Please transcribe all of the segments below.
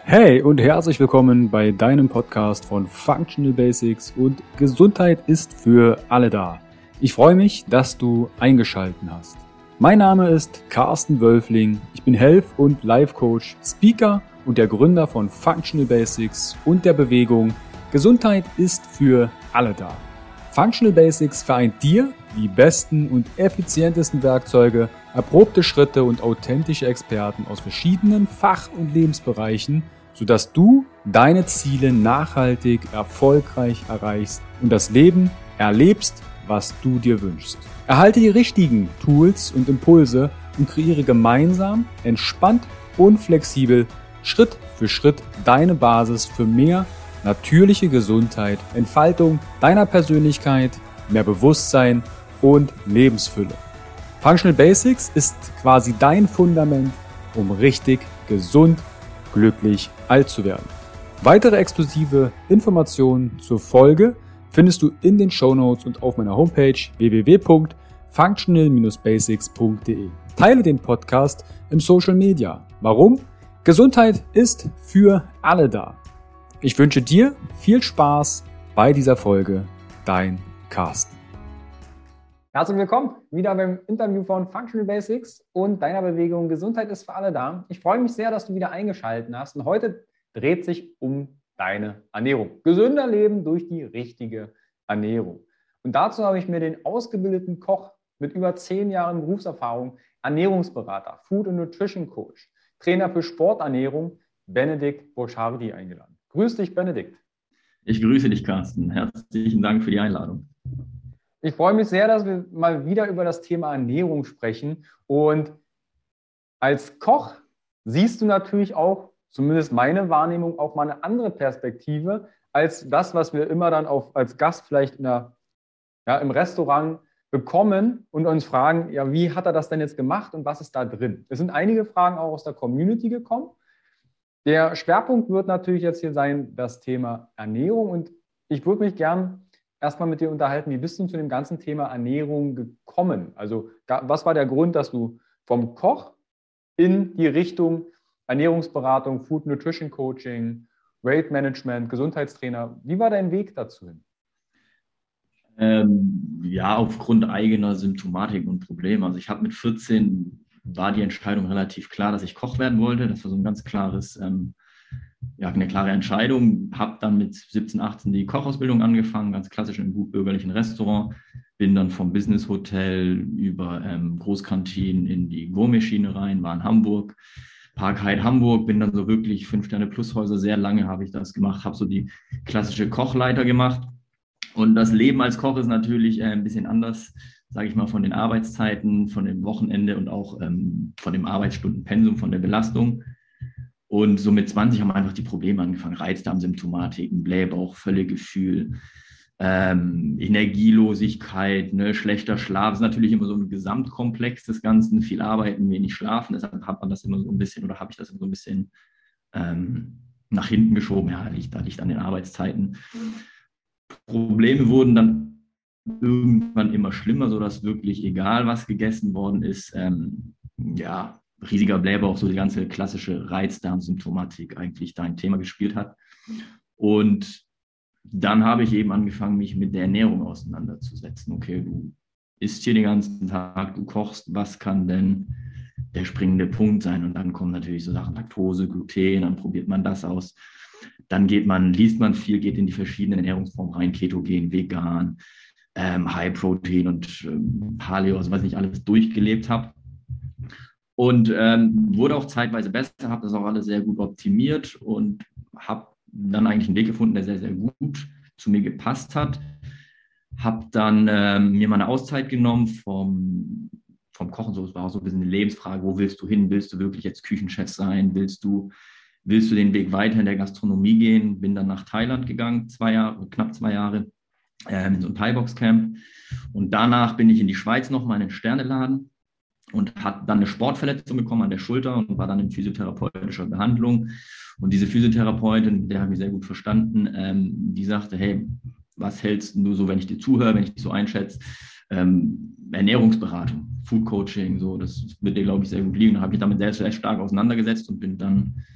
Hey und herzlich willkommen bei deinem Podcast von Functional Basics und Gesundheit ist für alle da. Ich freue mich, dass du eingeschaltet hast. Mein Name ist Carsten Wölfling, ich bin Health- und Life-Coach, Speaker und der Gründer von Functional Basics und der Bewegung Gesundheit ist für alle da. Functional Basics vereint dir die besten und effizientesten Werkzeuge, erprobte Schritte und authentische Experten aus verschiedenen Fach- und Lebensbereichen, sodass du deine Ziele nachhaltig, erfolgreich erreichst und das Leben erlebst, was du dir wünschst. Erhalte die richtigen Tools und Impulse und kreiere gemeinsam, entspannt und flexibel Schritt für Schritt deine Basis für mehr natürliche Gesundheit, Entfaltung deiner Persönlichkeit, mehr Bewusstsein und Lebensfülle. Functional Basics ist quasi dein Fundament, um richtig gesund, glücklich alt zu werden. Weitere exklusive Informationen zur Folge findest du in den Shownotes und auf meiner Homepage www.functional-basics.de. Teile den Podcast im Social Media. Warum? Gesundheit ist für alle da. Ich wünsche dir viel Spaß bei dieser Folge. Dein Carsten. Herzlich willkommen wieder beim Interview von Functional Basics und deiner Bewegung Gesundheit ist für alle da. Ich freue mich sehr, dass du wieder eingeschaltet hast und heute dreht sich um deine Ernährung. Gesünder leben durch die richtige Ernährung. Und dazu habe ich mir den ausgebildeten Koch mit über 10 Jahren Berufserfahrung, Ernährungsberater, Food- und Nutrition Coach, Trainer für Sporternährung, Benedikt Bochardi eingeladen. Grüß dich, Benedikt. Ich grüße dich, Carsten. Herzlichen Dank für die Einladung. Ich freue mich sehr, dass wir mal wieder über das Thema Ernährung sprechen. Und als Koch siehst du natürlich auch, zumindest meine Wahrnehmung, auch mal eine andere Perspektive als das, was wir immer dann als Gast vielleicht im Restaurant bekommen und uns fragen, ja, wie hat er das denn jetzt gemacht und was ist da drin? Es sind einige Fragen auch aus der Community gekommen. Der Schwerpunkt wird natürlich jetzt hier sein, das Thema Ernährung. Und ich würde mich gern erstmal mit dir unterhalten, wie bist du zu dem ganzen Thema Ernährung gekommen? Also was war der Grund, dass du vom Koch in die Richtung Ernährungsberatung, Food Nutrition Coaching, Weight Management, Gesundheitstrainer, wie war dein Weg dazu hin? Aufgrund eigener Symptomatik und Probleme. Also ich habe mit 14 war die Entscheidung relativ klar, dass ich Koch werden wollte. Das war so ein ganz klares eine klare Entscheidung. Habe dann mit 17, 18 die Kochausbildung angefangen, ganz klassisch im gutbürgerlichen Restaurant. Bin dann vom Business Hotel über Großkantinen in die Gourmet-Schiene rein, war in Hamburg, Park Hyatt Hamburg, bin dann so wirklich 5-Sterne-Plus-Häuser, sehr lange habe ich das gemacht, habe so die klassische Kochleiter gemacht. Und das Leben als Koch ist natürlich ein bisschen anders, sage ich mal, von den Arbeitszeiten, von dem Wochenende und auch von dem Arbeitsstundenpensum, von der Belastung. Und so mit 20 haben einfach die Probleme angefangen. Reizdarmsymptomatiken, Blähbauch, Völlegefühl, Energielosigkeit, schlechter Schlaf. Das ist natürlich immer so ein Gesamtkomplex des Ganzen. Viel arbeiten, wenig schlafen. Deshalb hat man das immer so ein bisschen oder habe ich das immer so ein bisschen nach hinten geschoben. Ja, liegt an den Arbeitszeiten. Probleme wurden dann irgendwann immer schlimmer, sodass wirklich egal, was gegessen worden ist, riesiger Blähbauch, so die ganze klassische Reizdarmsymptomatik eigentlich da ein Thema gespielt hat. Und dann habe ich eben angefangen, mich mit der Ernährung auseinanderzusetzen. Okay, du isst hier den ganzen Tag, du kochst, was kann denn der springende Punkt sein? Und dann kommen natürlich so Sachen, Laktose, Gluten, dann probiert man das aus. Dann liest man viel, geht in die verschiedenen Ernährungsformen rein, Ketogen, Vegan, High Protein und Paleo, also was ich alles durchgelebt habe. Und wurde auch zeitweise besser, habe das auch alles sehr gut optimiert und habe dann eigentlich einen Weg gefunden, der sehr, sehr gut zu mir gepasst hat. Habe dann mir mal eine Auszeit genommen vom Kochen. So, es war auch so ein bisschen eine Lebensfrage, wo willst du hin? Willst du wirklich jetzt Küchenchef sein? Willst du den Weg weiter in der Gastronomie gehen? Bin dann nach Thailand gegangen, knapp 2 Jahre, in so ein Thai-Box-Camp. Und danach bin ich in die Schweiz nochmal in einen Sterneladen und hat dann eine Sportverletzung bekommen an der Schulter und war dann in physiotherapeutischer Behandlung. Und diese Physiotherapeutin, der hat mich sehr gut verstanden, die sagte, hey, was hältst du so, wenn ich dir zuhöre, wenn ich dich so einschätze? Ernährungsberatung, Food Coaching, so, das wird dir, glaube ich, sehr gut liegen. Da habe ich damit sehr, sehr stark auseinandergesetzt und bin dann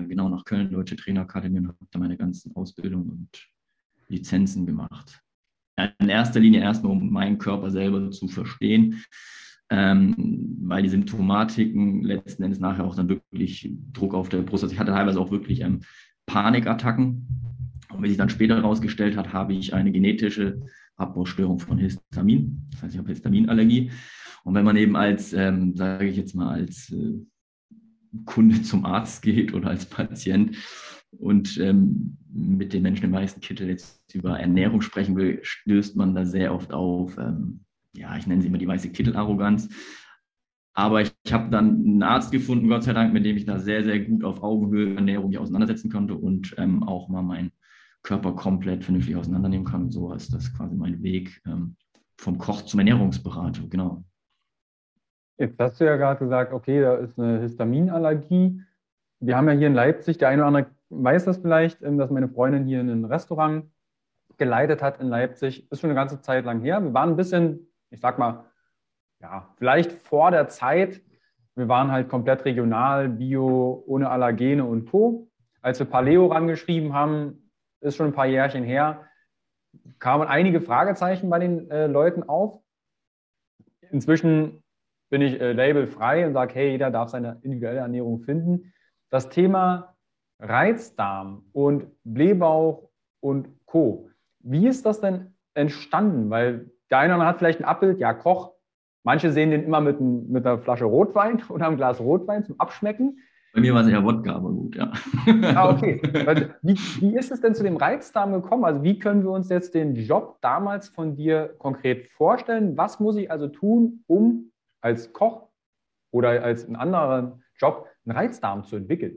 genau nach Köln, Deutsche Trainerakademie, und habe da meine ganzen Ausbildungen und Lizenzen gemacht. In erster Linie erstmal, um meinen Körper selber zu verstehen, weil die Symptomatiken letzten Endes nachher auch dann wirklich Druck auf der Brust, also ich hatte teilweise auch wirklich Panikattacken. Und wie sich dann später herausgestellt hat, habe ich eine genetische Abbaustörung von Histamin. Das heißt, ich habe Histaminallergie. Und wenn man eben sage ich jetzt mal, als Kunde zum Arzt geht oder als Patient und mit den Menschen im weißen Kittel jetzt über Ernährung sprechen will, stößt man da sehr oft auf, ich nenne sie immer die weiße Kittel-Arroganz. Aber ich habe dann einen Arzt gefunden, Gott sei Dank, mit dem ich da sehr, sehr gut auf Augenhöhe Ernährung mich auseinandersetzen konnte und auch mal meinen Körper komplett vernünftig auseinandernehmen kann. Und so ist das quasi mein Weg vom Koch zum Ernährungsberater, genau. Jetzt hast du ja gerade gesagt, okay, da ist eine Histaminallergie. Wir haben ja hier in Leipzig, der eine oder andere weiß das vielleicht, dass meine Freundin hier ein Restaurant geleitet hat in Leipzig. Ist schon eine ganze Zeit lang her. Wir waren ein bisschen, ich sag mal, ja, vielleicht vor der Zeit. Wir waren halt komplett regional, bio, ohne Allergene und Co. Als wir Paleo rangeschrieben haben, ist schon ein paar Jährchen her, kamen einige Fragezeichen bei den Leuten auf. Inzwischen bin ich labelfrei und sage, hey, jeder darf seine individuelle Ernährung finden. Das Thema Reizdarm und Blähbauch und Co. Wie ist das denn entstanden? Weil der eine oder andere hat vielleicht ein Abbild, ja, Koch. Manche sehen den immer mit einer Flasche Rotwein oder einem Glas Rotwein zum Abschmecken. Bei mir war es eher Wodka, aber gut, ja. Ah, okay. Wie ist es denn zu dem Reizdarm gekommen? Also wie können wir uns jetzt den Job damals von dir konkret vorstellen? Was muss ich also tun, um als Koch oder als einen anderen Job einen Reizdarm zu entwickeln?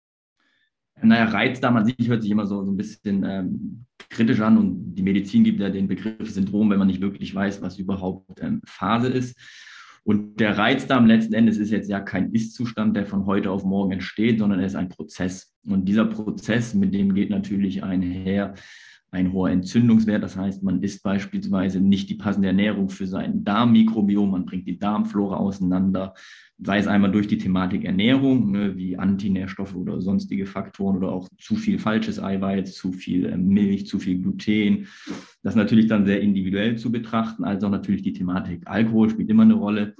Naja, Reizdarm an sich hört sich immer so ein bisschen kritisch an, und die Medizin gibt ja den Begriff Syndrom, wenn man nicht wirklich weiß, was überhaupt Phase ist. Und der Reizdarm letzten Endes ist jetzt ja kein Ist-Zustand, der von heute auf morgen entsteht, sondern er ist ein Prozess. Und dieser Prozess, mit dem geht natürlich einher ein hoher Entzündungswert. Das heißt, man isst beispielsweise nicht die passende Ernährung für sein Darmmikrobiom, man bringt die Darmflora auseinander, sei es einmal durch die Thematik Ernährung, wie Antinährstoffe oder sonstige Faktoren oder auch zu viel falsches Eiweiß, zu viel Milch, zu viel Gluten. Das ist natürlich dann sehr individuell zu betrachten, als auch natürlich die Thematik Alkohol spielt immer eine Rolle.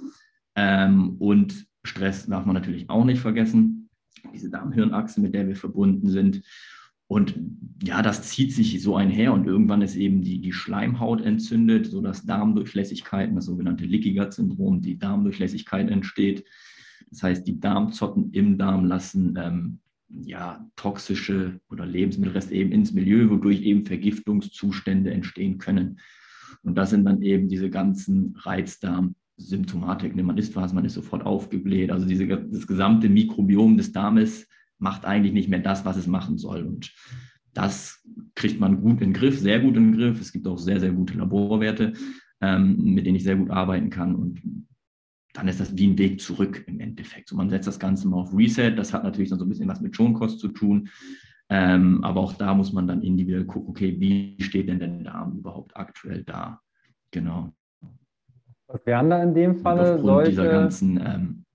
Und Stress darf man natürlich auch nicht vergessen, diese Darm-Hirn-Achse, mit der wir verbunden sind. Und ja, das zieht sich so einher, und irgendwann ist eben die Schleimhaut entzündet, sodass Darmdurchlässigkeiten, das sogenannte Leaky Gut Syndrom, die Darmdurchlässigkeit entsteht. Das heißt, die Darmzotten im Darm lassen toxische oder Lebensmittelreste eben ins Milieu, wodurch eben Vergiftungszustände entstehen können. Und das sind dann eben diese ganzen Reizdarmsymptomatiken. Man isst was, man ist sofort aufgebläht. Also das gesamte Mikrobiom des Darmes macht eigentlich nicht mehr das, was es machen soll. Und das kriegt man gut in den Griff, sehr gut in den Griff. Es gibt auch sehr, sehr gute Laborwerte, mit denen ich sehr gut arbeiten kann. Und dann ist das wie ein Weg zurück im Endeffekt. So, man setzt das Ganze mal auf Reset. Das hat natürlich dann so ein bisschen was mit Schonkost zu tun. Aber auch da muss man dann individuell gucken, okay, wie steht denn der Darm überhaupt aktuell da? Genau. Was wären da in dem Falle aufgrund dieser ganzen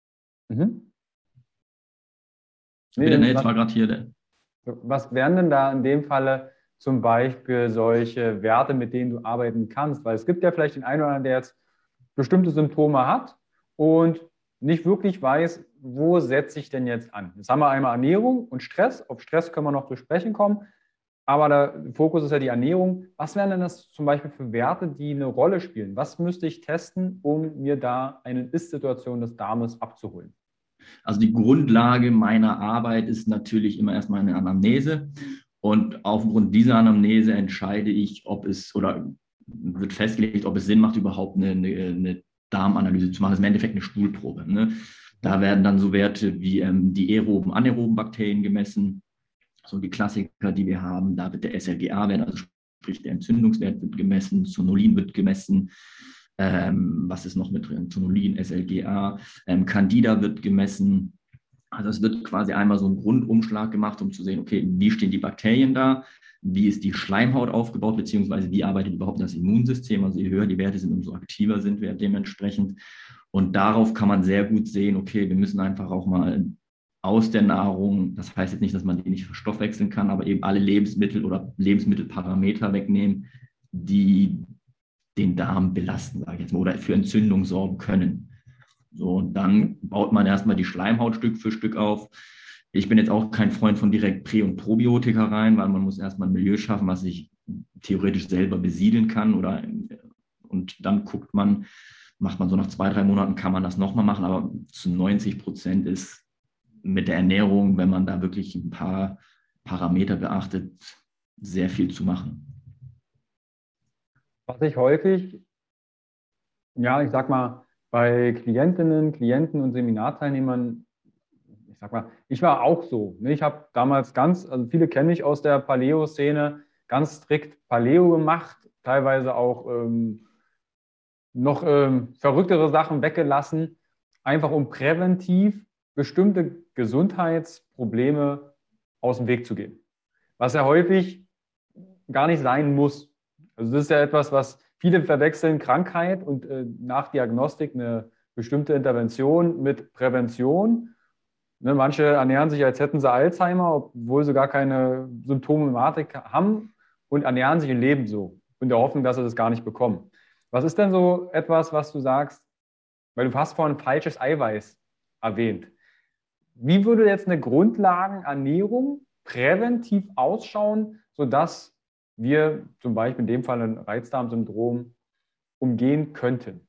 jetzt war gerade hier Was wären denn da in dem Falle zum Beispiel solche Werte, mit denen du arbeiten kannst? Weil es gibt ja vielleicht den einen oder anderen, der jetzt bestimmte Symptome hat und nicht wirklich weiß, wo setze ich denn jetzt an? Jetzt haben wir einmal Ernährung und Stress. Auf Stress können wir noch zu sprechen kommen. Aber der Fokus ist ja die Ernährung. Was wären denn das zum Beispiel für Werte, die eine Rolle spielen? Was müsste ich testen, um mir da eine Ist-Situation des Darmes abzuholen? Also die Grundlage meiner Arbeit ist natürlich immer erstmal eine Anamnese, und aufgrund dieser Anamnese entscheide ich, wird festgelegt, ob es Sinn macht, überhaupt eine Darmanalyse zu machen. Das ist im Endeffekt eine Stuhlprobe. Ne? Da werden dann so Werte wie die aeroben, anaeroben Bakterien gemessen, so die Klassiker, die wir haben. Da wird der SLGA-Wert, also sprich der Entzündungswert, wird gemessen, Zonulin wird gemessen. Was ist noch mit drin? Zonulin, SLGA, Candida wird gemessen. Also es wird quasi einmal so ein Grundumschlag gemacht, um zu sehen, okay, wie stehen die Bakterien da, wie ist die Schleimhaut aufgebaut, beziehungsweise wie arbeitet überhaupt das Immunsystem. Also je höher die Werte sind, umso aktiver sind wir dementsprechend. Und darauf kann man sehr gut sehen, okay, wir müssen einfach auch mal aus der Nahrung. Das heißt jetzt nicht, dass man die nicht verstoffwechseln kann, aber eben alle Lebensmittel oder Lebensmittelparameter wegnehmen, die den Darm belasten, sage ich jetzt mal, oder für Entzündung sorgen können. So, und dann baut man erstmal die Schleimhaut Stück für Stück auf. Ich bin jetzt auch kein Freund von direkt Prä- und Probiotika rein, weil man muss erstmal ein Milieu schaffen, was ich theoretisch selber besiedeln kann. Und dann macht man so nach 2, 3 Monaten, kann man das nochmal machen, aber zu 90% ist mit der Ernährung, wenn man da wirklich ein paar Parameter beachtet, sehr viel zu machen. Was ich häufig, ja, ich sag mal, bei Klientinnen, Klienten und Seminarteilnehmern, ich sag mal, ich war auch so. Ne? Ich habe damals also viele kennen mich aus der Paleo-Szene, ganz strikt Paleo gemacht, teilweise auch noch verrücktere Sachen weggelassen, einfach um präventiv bestimmte Gesundheitsprobleme aus dem Weg zu gehen. Was ja häufig gar nicht sein muss. Also das ist ja etwas, was viele verwechseln, Krankheit und nach Diagnostik eine bestimmte Intervention mit Prävention. Ne, manche ernähren sich, als hätten sie Alzheimer, obwohl sie gar keine Symptomatik haben und ernähren sich und leben so, in der Hoffnung, dass sie das gar nicht bekommen. Was ist denn so etwas, was du sagst, weil du hast vorhin falsches Eiweiß erwähnt. Wie würde jetzt eine Grundlagenernährung präventiv ausschauen, sodass wir zum Beispiel in dem Fall ein Reizdarmsyndrom umgehen könnten?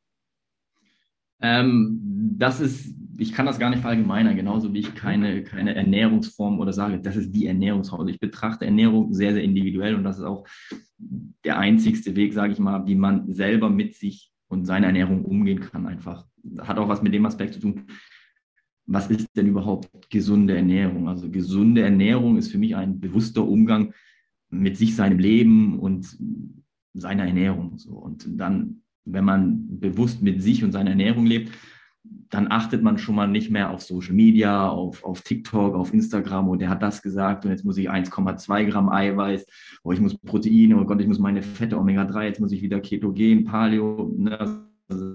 Ich kann das gar nicht verallgemeinern, genauso wie ich keine Ernährungsform oder sage, das ist die Ernährungsform. Also ich betrachte Ernährung sehr, sehr individuell und das ist auch der einzigste Weg, sage ich mal, wie man selber mit sich und seiner Ernährung umgehen kann einfach. Hat auch was mit dem Aspekt zu tun, was ist denn überhaupt gesunde Ernährung? Also gesunde Ernährung ist für mich ein bewusster Umgang mit sich, seinem Leben und seiner Ernährung. So. Und dann, wenn man bewusst mit sich und seiner Ernährung lebt, dann achtet man schon mal nicht mehr auf Social Media, auf TikTok, auf Instagram und der hat das gesagt und jetzt muss ich 1,2 Gramm Eiweiß, oh, ich muss Proteine, oh Gott, ich muss meine Fette, Omega-3, jetzt muss ich wieder Ketogen, Paleo. Ne?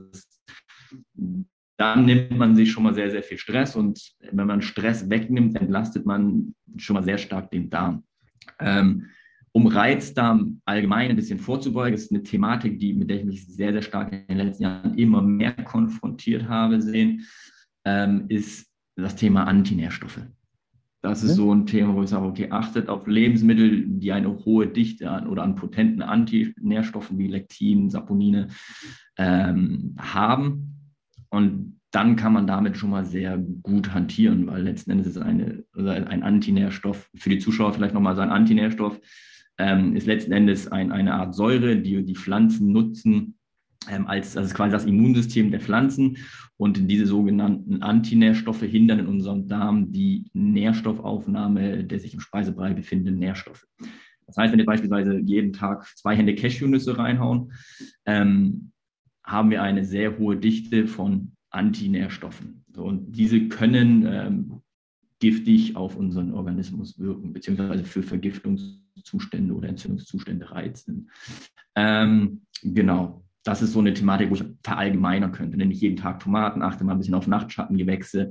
Dann nimmt man sich schon mal sehr, sehr viel Stress und wenn man Stress wegnimmt, entlastet man schon mal sehr stark den Darm. Um Reizdarm allgemein ein bisschen vorzubeugen, ist eine Thematik, mit der ich mich sehr, sehr stark in den letzten Jahren immer mehr konfrontiert habe sehen, ist das Thema Antinährstoffe. Das ist so ein Thema, wo ich sage, okay, achtet auf Lebensmittel, die eine hohe Dichte an potenten Antinährstoffen wie Lektin, Saponine haben. Und dann kann man damit schon mal sehr gut hantieren, weil letzten Endes ist ein Antinährstoff, für die Zuschauer vielleicht nochmal so ein Antinährstoff, ist letzten Endes eine Art Säure, die Pflanzen nutzen, das ist quasi das Immunsystem der Pflanzen und diese sogenannten Antinährstoffe hindern in unserem Darm die Nährstoffaufnahme der sich im Speisebrei befindenden Nährstoffe. Das heißt, wenn wir beispielsweise jeden Tag 2 Hände Cashewnüsse reinhauen, haben wir eine sehr hohe Dichte von Antinährstoffen. So, und diese können giftig auf unseren Organismus wirken, beziehungsweise für Vergiftungszustände oder Entzündungszustände reizen. Genau. Das ist so eine Thematik, wo ich verallgemeinern könnte. Nicht jeden Tag Tomaten, achte mal ein bisschen auf Nachtschattengewächse.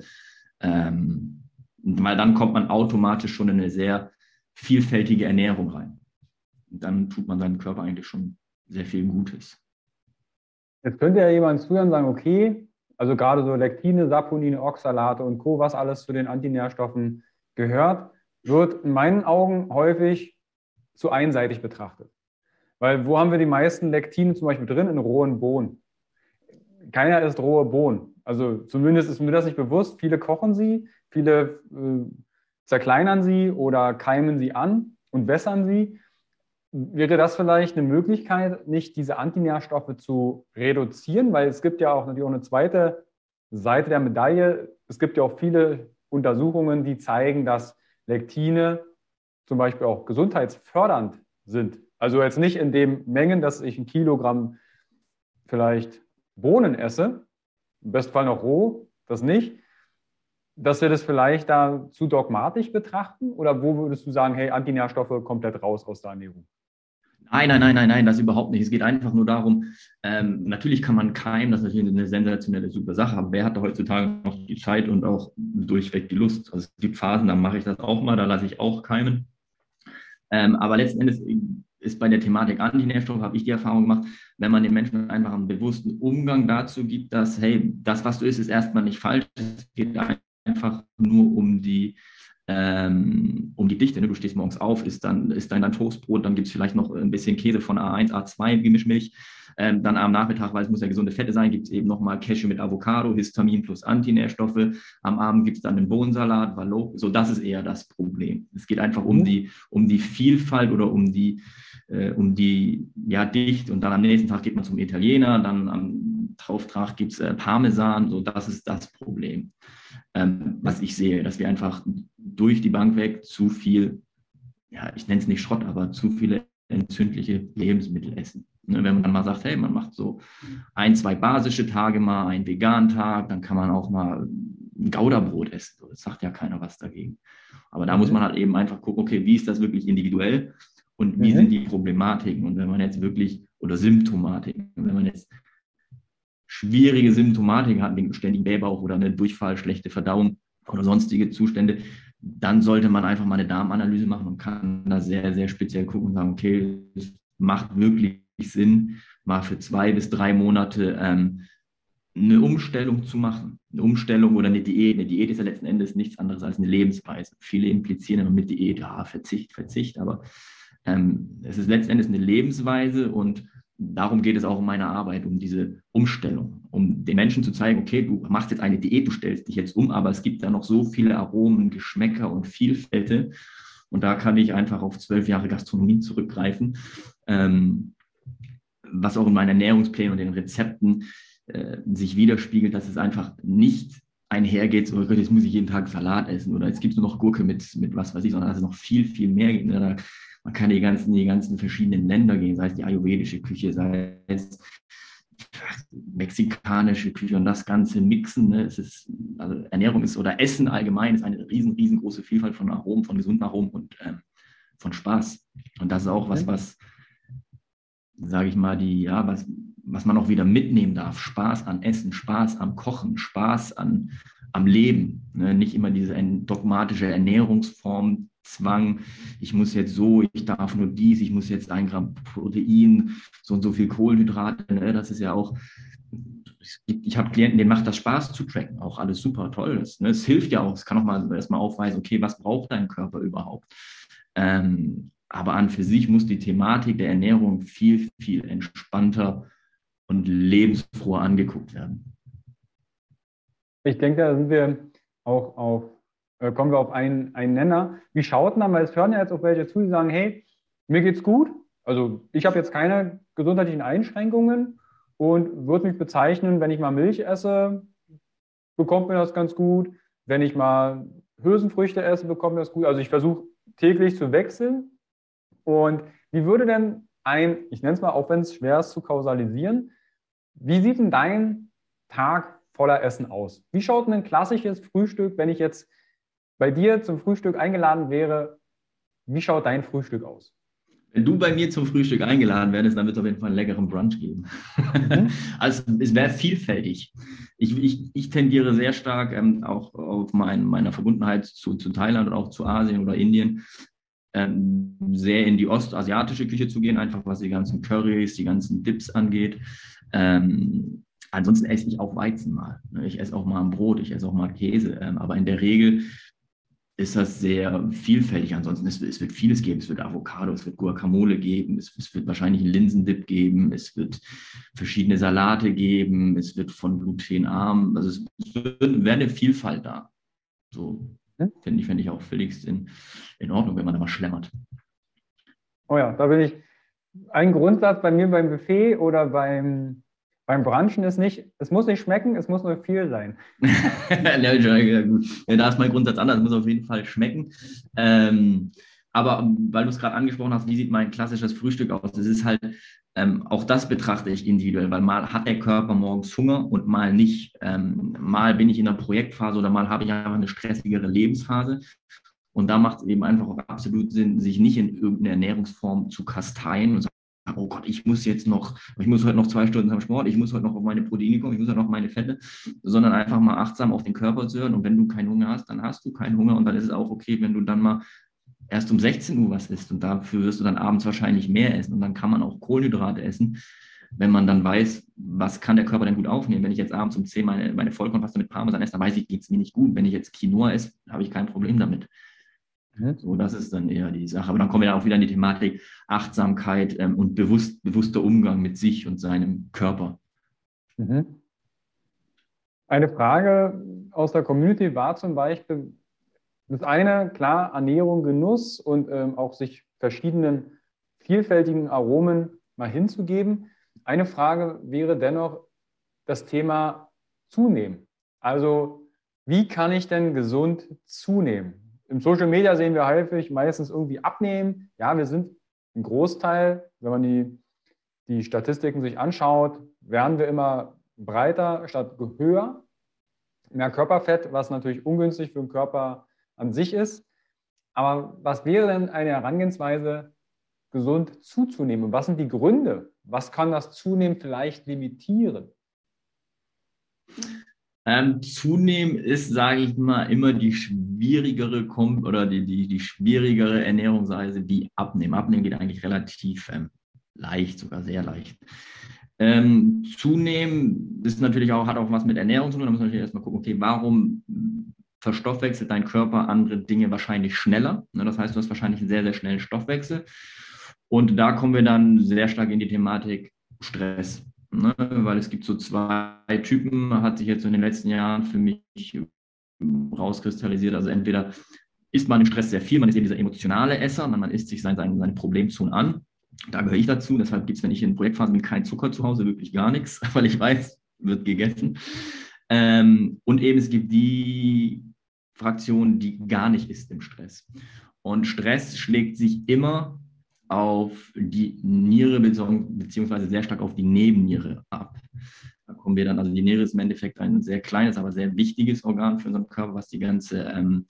Weil dann kommt man automatisch schon in eine sehr vielfältige Ernährung rein. Und dann tut man seinem Körper eigentlich schon sehr viel Gutes. Jetzt könnte ja jemand zuhören und sagen, okay, also gerade so Lektine, Saponine, Oxalate und Co., was alles zu den Antinährstoffen gehört, wird in meinen Augen häufig zu einseitig betrachtet. Weil wo haben wir die meisten Lektine zum Beispiel drin? In rohen Bohnen. Keiner isst rohe Bohnen. Also zumindest ist mir das nicht bewusst. Viele kochen sie, viele zerkleinern sie oder keimen sie an und wässern sie. Wäre das vielleicht eine Möglichkeit, nicht diese Antinährstoffe zu reduzieren? Weil es gibt ja auch natürlich auch eine zweite Seite der Medaille. Es gibt ja auch viele Untersuchungen, die zeigen, dass Lektine zum Beispiel auch gesundheitsfördernd sind. Also jetzt nicht in den Mengen, dass ich 1 Kilogramm vielleicht Bohnen esse, im besten Fall noch roh, das nicht, dass wir das vielleicht da zu dogmatisch betrachten? Oder wo würdest du sagen, hey, Antinährstoffe komplett raus aus der Ernährung? Nein, das überhaupt nicht. Es geht einfach nur darum, natürlich kann man keimen, das ist natürlich eine sensationelle, super Sache, aber wer hat da heutzutage noch die Zeit und auch durchweg die Lust? Also es gibt Phasen, da mache ich das auch mal, da lasse ich auch keimen. Aber letzten Endes ist bei der Thematik Antinährstoffe, habe ich die Erfahrung gemacht, wenn man den Menschen einfach einen bewussten Umgang dazu gibt, dass, hey, das, was du isst, ist erstmal nicht falsch. Es geht einfach nur um die Dichte. Ne? Du stehst morgens auf, isst dein Toastbrot, dann gibt es vielleicht noch ein bisschen Käse von A1, A2, Gemischmilch. Dann am Nachmittag, weil es muss ja gesunde Fette sein, gibt es eben nochmal Cashew mit Avocado, Histamin plus Antinährstoffe. Am Abend gibt es dann einen Bohnensalat, Valo. So, das ist eher das Problem. Es geht einfach um die Vielfalt oder um die Dicht. Und dann am nächsten Tag geht man zum Italiener, dann am Auftrag gibt es Parmesan. So, das ist das Problem, was ich sehe, dass wir einfach durch die Bank weg zu viel, ja, ich nenne es nicht Schrott, aber zu viele entzündliche Lebensmittel essen. Ne, wenn man dann mal sagt, hey, man macht so 1, 2 basische Tage mal, einen veganen Tag, dann kann man auch mal ein Gouda-Brot essen. Das sagt ja keiner was dagegen. Aber da muss man halt eben einfach gucken, okay, wie ist das wirklich individuell und wie sind die Problematiken? Und wenn man jetzt wirklich, oder Symptomatiken, wenn man jetzt schwierige Symptomatiken hat, den ständigen Blähbauch oder eine Durchfall, schlechte Verdauung oder sonstige Zustände, dann sollte man einfach mal eine Darmanalyse machen und kann da sehr, sehr speziell gucken und sagen, okay, es macht wirklich Sinn, mal für 2 bis 3 Monate eine Umstellung zu machen. Eine Umstellung oder eine Diät. Eine Diät ist ja letzten Endes nichts anderes als eine Lebensweise. Viele implizieren immer mit Diät, ja, Verzicht, aber es ist letzten Endes eine Lebensweise und darum geht es auch in meiner Arbeit, um diese Umstellung, um den Menschen zu zeigen, okay, du machst jetzt eine Diät, du stellst dich jetzt um, aber es gibt da noch so viele Aromen, Geschmäcker und Vielfältige. Und da kann ich einfach auf 12 Jahre Gastronomie zurückgreifen, was auch in meinen Ernährungsplänen und den Rezepten sich widerspiegelt, dass es einfach nicht einhergeht, so, jetzt muss ich jeden Tag Salat essen oder jetzt gibt es nur noch Gurke mit was weiß ich, sondern dass es noch viel, viel mehr gibt. Ne? Man kann die ganzen verschiedenen Länder gehen, sei es die ayurvedische Küche, sei es mexikanische Küche und das Ganze mixen. Ne? Also Ernährung ist oder Essen allgemein ist eine riesengroße Vielfalt von Aromen, von gesunden Aromen und von Spaß. Und das ist auch was sage ich mal, was man auch wieder mitnehmen darf. Spaß an Essen, Spaß am Kochen, Spaß am Leben. Ne? Nicht immer diese dogmatische Ernährungsform, Zwang, ich muss jetzt so, ich darf nur dies, ich muss jetzt 1 Gramm Protein, so und so viel Kohlenhydrate. Ne? Das ist ja auch, ich habe Klienten, denen macht das Spaß zu tracken, auch alles super toll. Es hilft ja auch, es kann auch mal erstmal aufweisen, okay, was braucht dein Körper überhaupt? Aber an für sich muss die Thematik der Ernährung viel, viel entspannter und lebensfroher angeguckt werden. Ich denke, da sind wir auch kommen wir auf einen Nenner. Wie schaut denn dann, weil es hören ja jetzt auch welche zu, die sagen, hey, mir geht's gut, also ich habe jetzt keine gesundheitlichen Einschränkungen und würde mich bezeichnen, wenn ich mal Milch esse, bekommt mir das ganz gut. Wenn ich mal Hülsenfrüchte esse, bekommt mir das gut. Also ich versuche täglich zu wechseln. Und wie würde denn ich nenne es mal, auch wenn es schwer ist zu kausalisieren, wie sieht denn dein Tag voller Essen aus? Wie schaut denn ein klassisches Frühstück, wenn ich jetzt bei dir zum Frühstück eingeladen wäre, wie schaut dein Frühstück aus? Wenn du bei mir zum Frühstück eingeladen werdest, dann wird es auf jeden Fall einen leckeren Brunch geben. Also es wäre vielfältig. Ich tendiere sehr stark auch auf meiner Verbundenheit zu Thailand und auch zu Asien oder Indien, sehr in die ostasiatische Küche zu gehen, einfach was die ganzen Currys, die ganzen Dips angeht. Ansonsten esse ich auch Weizen mal. Ich esse auch mal ein Brot, ich esse auch mal Käse. Aber in der Regel ist das sehr vielfältig. Ansonsten, es wird vieles geben. Es wird Avocado, es wird Guacamole geben, es wird wahrscheinlich einen Linsendip geben, es wird verschiedene Salate geben, es wird von glutenarm, also es wäre eine Vielfalt da. So fände ich auch völlig in Ordnung, wenn man da mal schlemmert. Oh ja, da bin ich. Ein Grundsatz bei mir beim Buffet oder beim Brunchen ist nicht, es muss nicht schmecken, es muss nur viel sein. Ja, gut. Ja, da ist mein Grundsatz anders, es muss auf jeden Fall schmecken. Aber weil du es gerade angesprochen hast, wie sieht mein klassisches Frühstück aus? Das ist halt, auch das betrachte ich individuell, weil mal hat der Körper morgens Hunger und mal nicht. Mal bin ich in einer Projektphase oder mal habe ich einfach eine stressigere Lebensphase. Und da macht es eben einfach auch absolut Sinn, sich nicht in irgendeine Ernährungsform zu kasteien und oh Gott, ich muss heute noch 2 Stunden am Sport, ich muss heute noch auf meine Proteine kommen, ich muss heute noch auf meine Fette, sondern einfach mal achtsam auf den Körper zu hören. Und wenn du keinen Hunger hast, dann hast du keinen Hunger und dann ist es auch okay, wenn du dann mal erst um 16 Uhr was isst und dafür wirst du dann abends wahrscheinlich mehr essen und dann kann man auch Kohlenhydrate essen, wenn man dann weiß, was kann der Körper denn gut aufnehmen. Wenn ich jetzt abends um 10 meine Vollkornpasta mit Parmesan esse, dann weiß ich, geht es mir nicht gut. Wenn ich jetzt Quinoa esse, habe ich kein Problem damit. So, das ist dann eher die Sache. Aber dann kommen wir dann auch wieder in die Thematik Achtsamkeit und bewusster Umgang mit sich und seinem Körper. Mhm. Eine Frage aus der Community war zum Beispiel, das eine, klar, Ernährung, Genuss und auch sich verschiedenen vielfältigen Aromen mal hinzugeben. Eine Frage wäre dennoch das Thema Zunehmen. Also, wie kann ich denn gesund zunehmen? Im Social Media sehen wir häufig meistens irgendwie abnehmen. Ja, wir sind ein Großteil, wenn man die Statistiken sich anschaut, werden wir immer breiter statt höher. Mehr Körperfett, was natürlich ungünstig für den Körper an sich ist. Aber was wäre denn eine Herangehensweise, gesund zuzunehmen? Und was sind die Gründe? Was kann das Zunehmen vielleicht limitieren? Zunehmen ist, sage ich mal, immer die schwierigere oder die schwierigere Ernährungsweise wie Abnehmen. Abnehmen geht eigentlich relativ leicht, sogar sehr leicht. Zunehmen ist natürlich auch, hat auch was mit Ernährung zu tun. Da muss man natürlich erstmal gucken, okay, warum verstoffwechselt dein Körper andere Dinge wahrscheinlich schneller? Ne, das heißt, du hast wahrscheinlich einen sehr, sehr schnellen Stoffwechsel. Und da kommen wir dann sehr stark in die Thematik Stress. Ne, weil es gibt so 2 Typen, hat sich jetzt in den letzten Jahren für mich rauskristallisiert. Also entweder isst man im Stress sehr viel, man ist eben dieser emotionale Esser, man isst sich seine Problemzonen an. Da gehöre ich dazu, deshalb gibt es, wenn ich in Projektphasen bin, kein Zucker zu Hause, wirklich gar nichts, weil ich weiß, wird gegessen. Und eben es gibt die Fraktion, die gar nicht isst im Stress. Und Stress schlägt sich immer auf die Niere beziehungsweise sehr stark auf die Nebenniere ab. Da kommen wir dann, also die Niere ist im Endeffekt ein sehr kleines, aber sehr wichtiges Organ für unseren Körper, was die ganze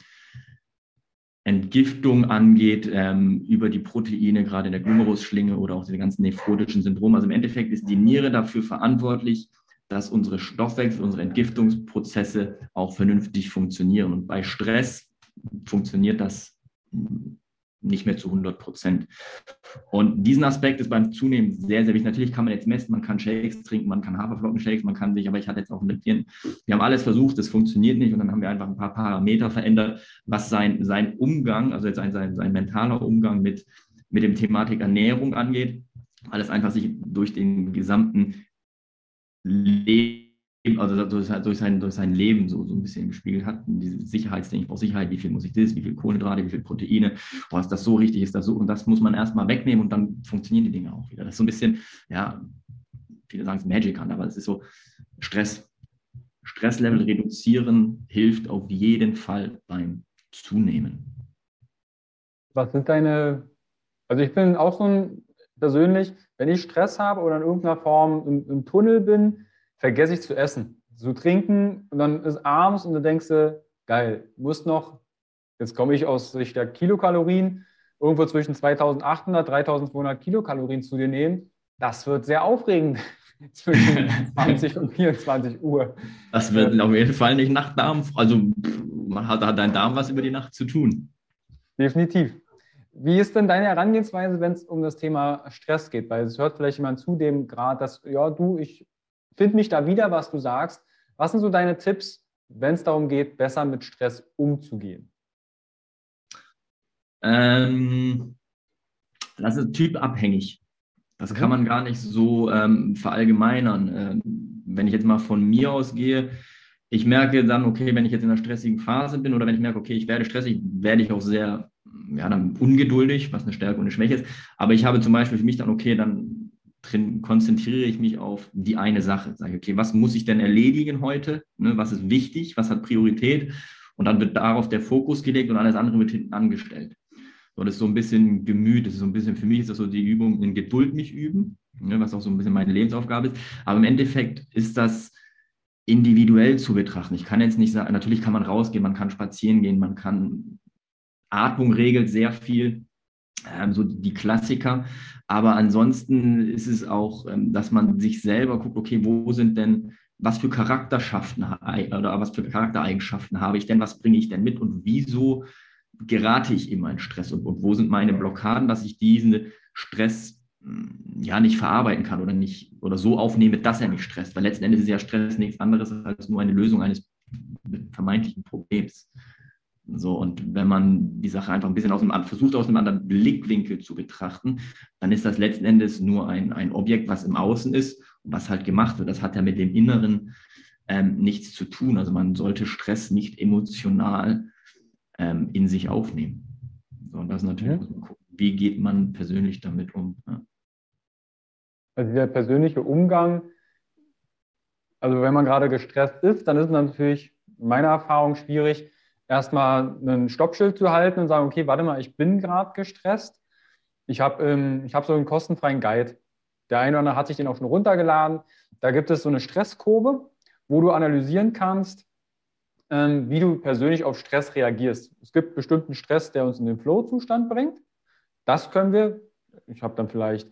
Entgiftung angeht, über die Proteine, gerade in der Glomerusschlinge oder auch diese ganzen nephrotischen Syndrome. Also im Endeffekt ist die Niere dafür verantwortlich, dass unsere Stoffwechsel, unsere Entgiftungsprozesse auch vernünftig funktionieren. Und bei Stress funktioniert das nicht mehr zu 100%. Und diesen Aspekt ist beim Zunehmen sehr, sehr wichtig. Natürlich kann man jetzt messen, man kann Shakes trinken, man kann Haferflockenshakes, aber ich hatte jetzt auch ein bisschen, wir haben alles versucht, das funktioniert nicht und dann haben wir einfach ein paar Parameter verändert, was sein Umgang, also jetzt sein mentaler Umgang mit dem Thematik Ernährung angeht, alles einfach sich durch den gesamten Leben, also durch sein Leben so ein bisschen gespiegelt hat. Und diese Sicherheitsding, ich brauche Sicherheit, wie viel muss ich das, wie viel Kohlenhydrate, wie viel Proteine, boah, ist das so richtig, ist das so, und das muss man erstmal wegnehmen und dann funktionieren die Dinge auch wieder. Das ist so ein bisschen, ja, viele sagen es Magic an, aber es ist so Stresslevel reduzieren hilft auf jeden Fall beim Zunehmen. Was sind also ich bin auch so ein persönlich, wenn ich Stress habe oder in irgendeiner Form im Tunnel bin, vergesse ich zu essen, zu trinken und dann ist abends und du denkst du, geil, musst noch, jetzt komme ich aus Sicht der Kilokalorien, irgendwo zwischen 2800, 3200 Kilokalorien zu dir nehmen. Das wird sehr aufregend zwischen 20 und 24 Uhr. Das wird auf jeden Fall nicht nach Darm, also hat dein Darm was über die Nacht zu tun. Definitiv. Wie ist denn deine Herangehensweise, wenn es um das Thema Stress geht? Weil es hört vielleicht jemand zu, dem gerade das, ja, ich finde mich da wieder, was du sagst. Was sind so deine Tipps, wenn es darum geht, besser mit Stress umzugehen? Das ist typabhängig. Das kann man gar nicht so verallgemeinern. Wenn ich jetzt mal von mir ausgehe, ich merke dann, okay, wenn ich jetzt in einer stressigen Phase bin oder wenn ich merke, okay, ich werde stressig, werde ich auch sehr dann ungeduldig, was eine Stärke und eine Schwäche ist. Aber ich habe zum Beispiel für mich dann, okay, dann konzentriere ich mich auf die eine Sache. Sage, okay, was muss ich denn erledigen heute? Ne, was ist wichtig? Was hat Priorität? Und dann wird darauf der Fokus gelegt und alles andere wird hinten angestellt. So, das ist so ein bisschen Gemüt, das ist so ein bisschen, für mich ist das so die Übung in Geduld mich üben, ne, was auch so ein bisschen meine Lebensaufgabe ist. Aber im Endeffekt ist das individuell zu betrachten. Ich kann jetzt nicht sagen, natürlich kann man rausgehen, man kann spazieren gehen, Atmung regelt sehr viel. so die Klassiker. Aber ansonsten ist es auch, dass man sich selber guckt, okay, was für Charaktereigenschaften habe ich denn, was bringe ich denn mit und wieso gerate ich immer in Stress und wo sind meine Blockaden, dass ich diesen Stress ja nicht verarbeiten kann oder nicht oder so aufnehme, dass er mich stresst. Weil letzten Endes ist ja Stress nichts anderes als nur eine Lösung eines vermeintlichen Problems. So, und wenn man die Sache einfach ein bisschen versucht, aus einem anderen Blickwinkel zu betrachten, dann ist das letzten Endes nur ein Objekt, was im Außen ist und was halt gemacht wird. Das hat ja mit dem Inneren nichts zu tun. Also man sollte Stress nicht emotional in sich aufnehmen. So, und das natürlich muss man gucken, wie geht man persönlich damit um. Ja. Also der persönliche Umgang, also wenn man gerade gestresst ist, dann ist es natürlich in meiner Erfahrung schwierig, erstmal ein Stoppschild zu halten und sagen, okay, warte mal, ich bin gerade gestresst. Ich hab so einen kostenfreien Guide. Der eine oder andere hat sich den auch schon runtergeladen. Da gibt es so eine Stresskurve, wo du analysieren kannst, wie du persönlich auf Stress reagierst. Es gibt bestimmten Stress, der uns in den Flow-Zustand bringt. Das können wir. Ich habe dann vielleicht,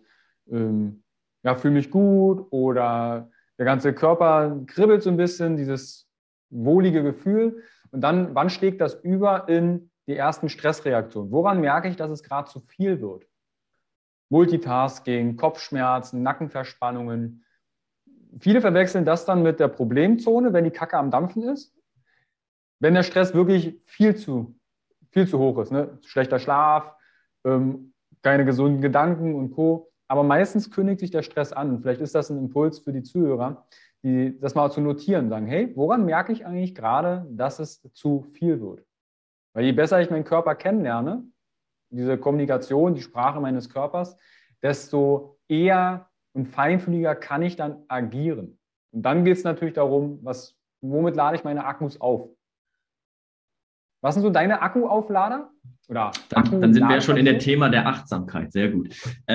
fühle mich gut oder der ganze Körper kribbelt so ein bisschen, dieses wohlige Gefühl. Und dann, wann schlägt das über in die ersten Stressreaktionen? Woran merke ich, dass es gerade zu viel wird? Multitasking, Kopfschmerzen, Nackenverspannungen. Viele verwechseln das dann mit der Problemzone, wenn die Kacke am Dampfen ist. Wenn der Stress wirklich viel zu hoch ist, ne? Schlechter Schlaf, keine gesunden Gedanken und Co. Aber meistens kündigt sich der Stress an. Und vielleicht ist das ein Impuls für die Zuhörer, das mal zu notieren, sagen, hey, woran merke ich eigentlich gerade, dass es zu viel wird? Weil je besser ich meinen Körper kennenlerne, diese Kommunikation, die Sprache meines Körpers, desto eher und feinfühliger kann ich dann agieren. Und dann geht es natürlich darum, womit lade ich meine Akkus auf? Was sind so deine Akkuauflader? Dann sind wir schon in dem Thema der Achtsamkeit. Sehr gut.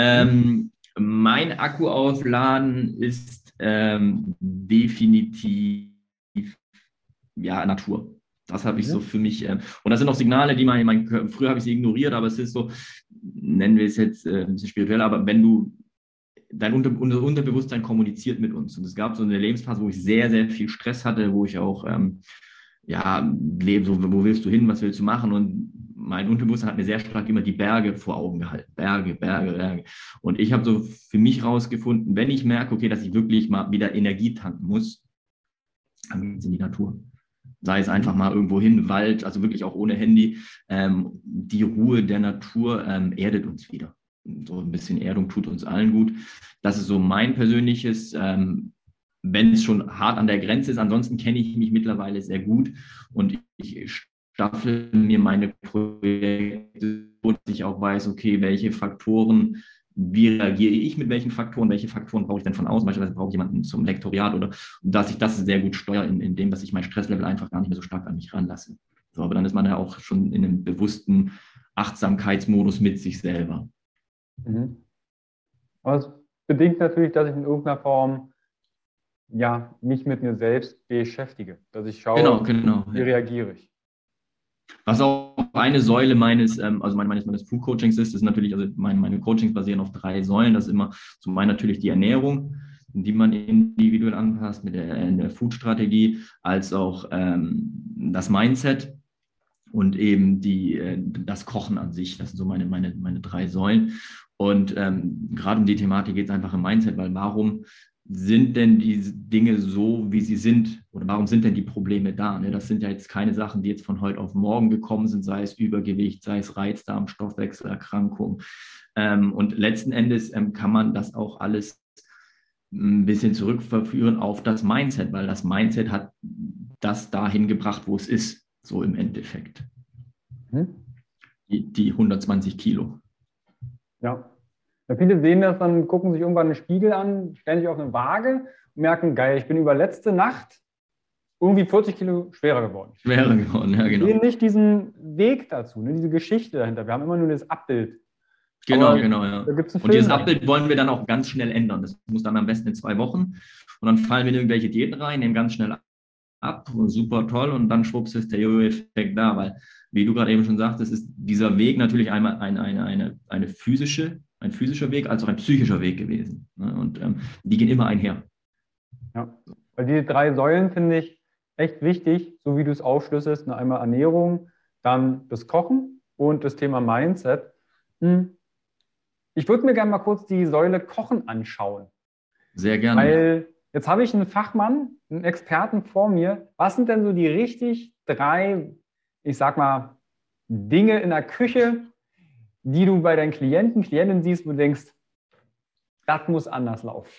Mein Akkuaufladen ist definitiv Natur. Das habe ich so für mich. Und das sind auch Signale, die früher habe ich sie ignoriert, aber es ist so, nennen wir es jetzt ein bisschen spirituell, aber wenn dein unser Unterbewusstsein kommuniziert mit uns. Und es gab so eine Lebensphase, wo ich sehr, sehr viel Stress hatte, wo ich auch wo willst du hin, was willst du machen? Und mein Unterbewusstsein hat mir sehr stark immer die Berge vor Augen gehalten. Berge. Und ich habe so für mich rausgefunden, wenn ich merke, okay, dass ich wirklich mal wieder Energie tanken muss, dann geht es in die Natur. Sei es einfach mal irgendwo hin, Wald, also wirklich auch ohne Handy. Die Ruhe der Natur erdet uns wieder. So ein bisschen Erdung tut uns allen gut. Das ist so mein persönliches, wenn es schon hart an der Grenze ist. Ansonsten kenne ich mich mittlerweile sehr gut und ich staffel mir meine Projekte, wo ich auch weiß, okay, wie reagiere ich mit welchen Faktoren, welche Faktoren brauche ich denn von außen, beispielsweise brauche ich jemanden zum Lektoriat oder dass ich das sehr gut steuere, in dem, dass ich mein Stresslevel einfach gar nicht mehr so stark an mich ranlasse. So, aber dann ist man ja auch schon in einem bewussten Achtsamkeitsmodus mit sich selber. Mhm. Aber es bedingt natürlich, dass ich in irgendeiner Form mich mit mir selbst beschäftige, dass ich schaue, wie reagiere ich. Was auch eine Säule meines Food-Coachings ist natürlich, also meine Coachings basieren auf 3 Säulen. Das ist immer zum einen natürlich die Ernährung, die man individuell anpasst mit der Food-Strategie, als auch das Mindset und eben das Kochen an sich. Das sind so meine 3 Säulen. Und gerade um die Thematik geht es einfach im Mindset, weil warum sind denn die Dinge so, wie sie sind? Oder warum sind denn die Probleme da? Das sind ja jetzt keine Sachen, die jetzt von heute auf morgen gekommen sind, sei es Übergewicht, sei es Reizdarm, Stoffwechselerkrankung. Und letzten Endes kann man das auch alles ein bisschen zurückverführen auf das Mindset, weil das Mindset hat das dahin gebracht, wo es ist, so im Endeffekt. Die 120 Kilo. Ja. Viele sehen das dann, gucken sich irgendwann einen Spiegel an, stellen sich auf eine Waage und merken, geil, ich bin über letzte Nacht irgendwie 40 Kilo schwerer geworden. Ja, genau. Wir sehen nicht diesen Weg dazu, diese Geschichte dahinter. Wir haben immer nur das Abbild. Genau, ja. Und dieses Abbild wollen wir dann auch ganz schnell ändern. Das muss dann am besten in 2 Wochen. Und dann fallen wir in irgendwelche Diäten rein, nehmen ganz schnell ab, super toll, und dann schwupps ist der Jojo-Effekt da, weil, wie du gerade eben schon sagtest, ist dieser Weg natürlich einmal ein physischer Weg, als auch ein psychischer Weg gewesen. Ne? Und die gehen immer einher. Ja, weil diese 3 Säulen finde ich echt wichtig, so wie du es aufschlüsselst. Einmal Ernährung, dann das Kochen und das Thema Mindset. Ich würde mir gerne mal kurz die Säule Kochen anschauen, Sehr gerne. weil jetzt habe ich einen Fachmann, einen Experten vor mir. Was sind denn so die richtig 3, ich sag mal, Dinge in der Küche, die du bei deinen Klientinnen siehst, wo du denkst, das muss anders laufen?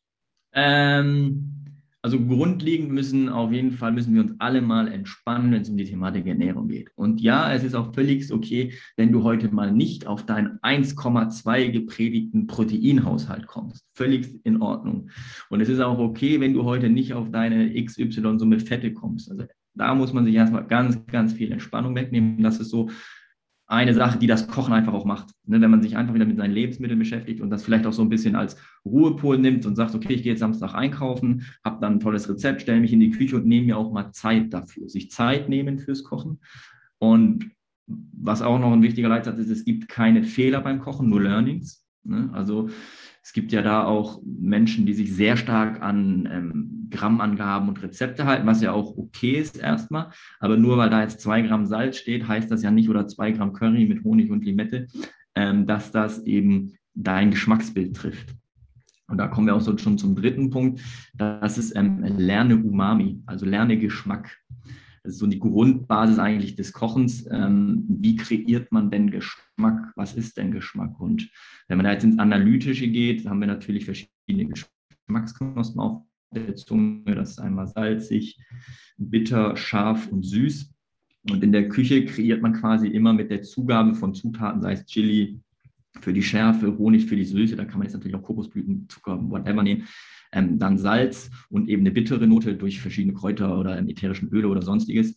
Also grundlegend müssen wir uns alle mal entspannen, wenn es um die Thematik Ernährung geht. Und ja, es ist auch völlig okay, wenn du heute mal nicht auf deinen 1,2 gepredigten Proteinhaushalt kommst. Völlig in Ordnung. Und es ist auch okay, wenn du heute nicht auf deine XY-Summe Fette kommst. Also da muss man sich erstmal ganz, ganz viel Entspannung wegnehmen. Das ist so eine Sache, die das Kochen einfach auch macht. Ne, wenn man sich einfach wieder mit seinen Lebensmitteln beschäftigt und das vielleicht auch so ein bisschen als Ruhepol nimmt und sagt, okay, ich gehe jetzt Samstag einkaufen, habe dann ein tolles Rezept, stelle mich in die Küche und nehme mir auch mal Zeit dafür. Sich Zeit nehmen fürs Kochen. Und was auch noch ein wichtiger Leitsatz ist, es gibt keine Fehler beim Kochen, nur Learnings. Ne? Also es gibt ja da auch Menschen, die sich sehr stark an Grammangaben und Rezepte halten, was ja auch okay ist erstmal. Aber nur weil da jetzt 2 Gramm Salz steht, heißt das ja nicht, oder 2 Gramm Curry mit Honig und Limette, dass das eben dein Geschmacksbild trifft. Und da kommen wir auch so schon zum 3. Punkt. Das ist lerne Umami, also lerne Geschmack. Das ist so die Grundbasis eigentlich des Kochens. Wie kreiert man denn Geschmack? Was ist denn Geschmack? Und wenn man da jetzt ins Analytische geht, haben wir natürlich verschiedene Geschmacksknospen auf der Zunge. Das ist einmal salzig, bitter, scharf und süß. Und in der Küche kreiert man quasi immer mit der Zugabe von Zutaten, sei es Chili für die Schärfe, Honig für die Süße, da kann man jetzt natürlich auch Kokosblüten, Zucker, whatever nehmen. Dann Salz und eben eine bittere Note durch verschiedene Kräuter oder ätherischen Öle oder sonstiges.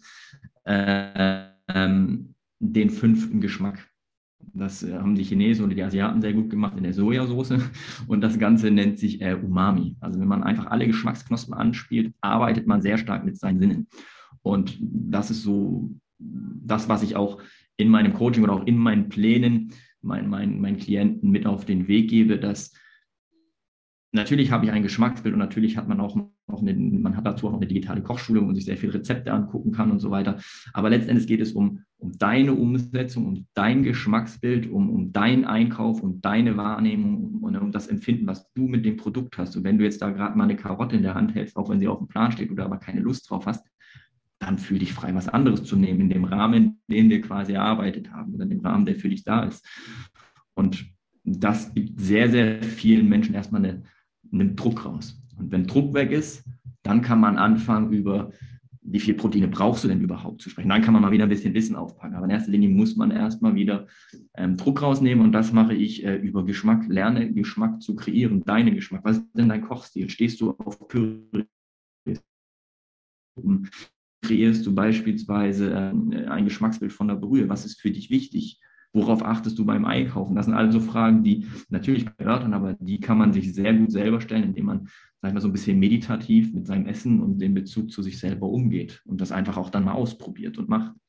Den 5. Geschmack. Das haben die Chinesen oder die Asiaten sehr gut gemacht in der Sojasauce. Und das Ganze nennt sich Umami. Also wenn man einfach alle Geschmacksknospen anspielt, arbeitet man sehr stark mit seinen Sinnen. Und das ist so das, was ich auch in meinem Coaching oder auch in meinen Plänen meinen Klienten mit auf den Weg gebe, dass natürlich habe ich ein Geschmacksbild und natürlich hat man auch noch man hat dazu auch noch eine digitale Kochschule, wo man sich sehr viele Rezepte angucken kann und so weiter. Aber letztendlich geht es um deine Umsetzung, um dein Geschmacksbild, um deinen Einkauf, um deine Wahrnehmung und um das Empfinden, was du mit dem Produkt hast. Und wenn du jetzt da gerade mal eine Karotte in der Hand hältst, auch wenn sie auf dem Plan steht oder aber keine Lust drauf hast, dann fühl dich frei, was anderes zu nehmen, in dem Rahmen, den wir quasi erarbeitet haben oder in dem Rahmen, der für dich da ist. Und das gibt sehr, sehr vielen Menschen erstmal einen Druck raus. Und wenn Druck weg ist, dann kann man anfangen, über wie viel Proteine brauchst du denn überhaupt zu sprechen. Dann kann man mal wieder ein bisschen Wissen aufpacken. Aber in erster Linie muss man erstmal wieder Druck rausnehmen. Und das mache ich über Geschmack. Lerne Geschmack zu kreieren, deinen Geschmack. Was ist denn dein Kochstil? Stehst du auf Püree? Kreierst du beispielsweise ein Geschmacksbild von der Brühe? Was ist für dich wichtig? Worauf achtest du beim Einkaufen? Das sind also Fragen, die natürlich erörtern, aber die kann man sich sehr gut selber stellen, indem man, sag ich mal, so ein bisschen meditativ mit seinem Essen und dem Bezug zu sich selber umgeht und das einfach auch dann mal ausprobiert und macht.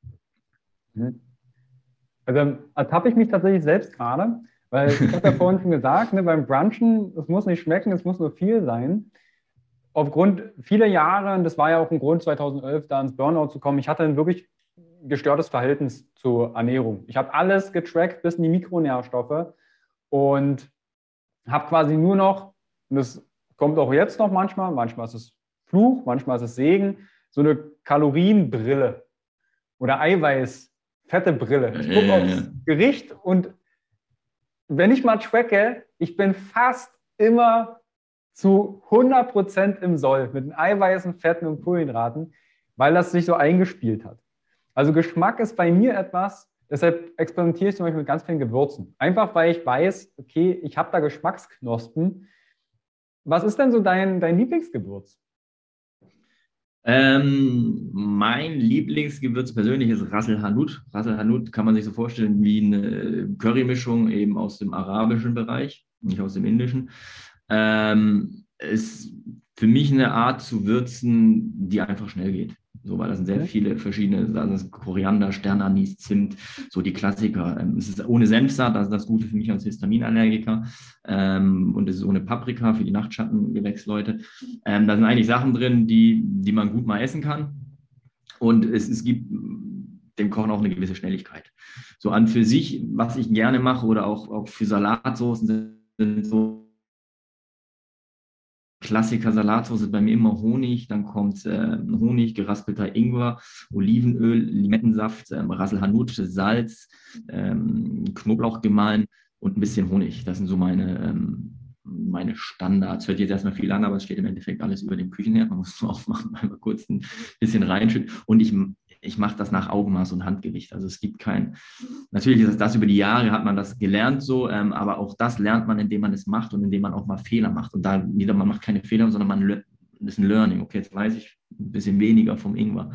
Also ertappe ich mich tatsächlich selbst gerade, weil ich habe ja vorhin schon gesagt, ne, beim Brunchen, es muss nicht schmecken, es muss nur viel sein. Aufgrund vieler Jahre, und das war ja auch ein Grund, 2011 da ins Burnout zu kommen, ich hatte ein wirklich gestörtes Verhältnis zur Ernährung. Ich habe alles getrackt bis in die Mikronährstoffe und habe quasi nur noch, und das kommt auch jetzt noch manchmal ist es Fluch, manchmal ist es Segen, so eine Kalorienbrille oder fette Brille. Ich gucke aufs Gericht und wenn ich mal tracke, ich bin fast immer zu 100% im Soll mit den Eiweißen, Fetten und Kohlenhydraten, weil das sich so eingespielt hat. Also Geschmack ist bei mir etwas, deshalb experimentiere ich zum Beispiel mit ganz vielen Gewürzen. Einfach, weil ich weiß, okay, ich habe da Geschmacksknospen. Was ist denn so dein Lieblingsgewürz? Mein Lieblingsgewürz persönlich ist Ras El Hanout. Ras El Hanout kann man sich so vorstellen wie eine Currymischung eben aus dem arabischen Bereich, nicht aus dem indischen. Ist für mich eine Art zu würzen, die einfach schnell geht. So, weil da sind sehr viele verschiedene, also Koriander, Sternanis, Zimt, so die Klassiker. Es ist ohne Senfsaat, das ist das Gute für mich als Histaminallergiker. Und es ist ohne Paprika für die Nachtschattengewächsleute. Da sind eigentlich Sachen drin, die man gut mal essen kann. Und es gibt dem Kochen auch eine gewisse Schnelligkeit. So an für sich, was ich gerne mache oder auch für Salatsoßen sind so Klassiker Salatsauce ist bei mir immer Honig, dann kommt Honig, geraspelter Ingwer, Olivenöl, Limettensaft, Ras el Hanout, Salz, Knoblauch gemahlen und ein bisschen Honig. Das sind so meine Standards. Hört jetzt erstmal viel an, aber es steht im Endeffekt alles über dem Küchenherd. Man muss es nur aufmachen, einmal kurz ein bisschen reinschütten. Und ich mache das nach Augenmaß und Handgewicht. Also es gibt natürlich ist das über die Jahre hat man das gelernt so, aber auch das lernt man, indem man es macht und indem man auch mal Fehler macht. Und man macht keine Fehler, sondern das ist ein Learning. Okay, jetzt weiß ich ein bisschen weniger vom Ingwer.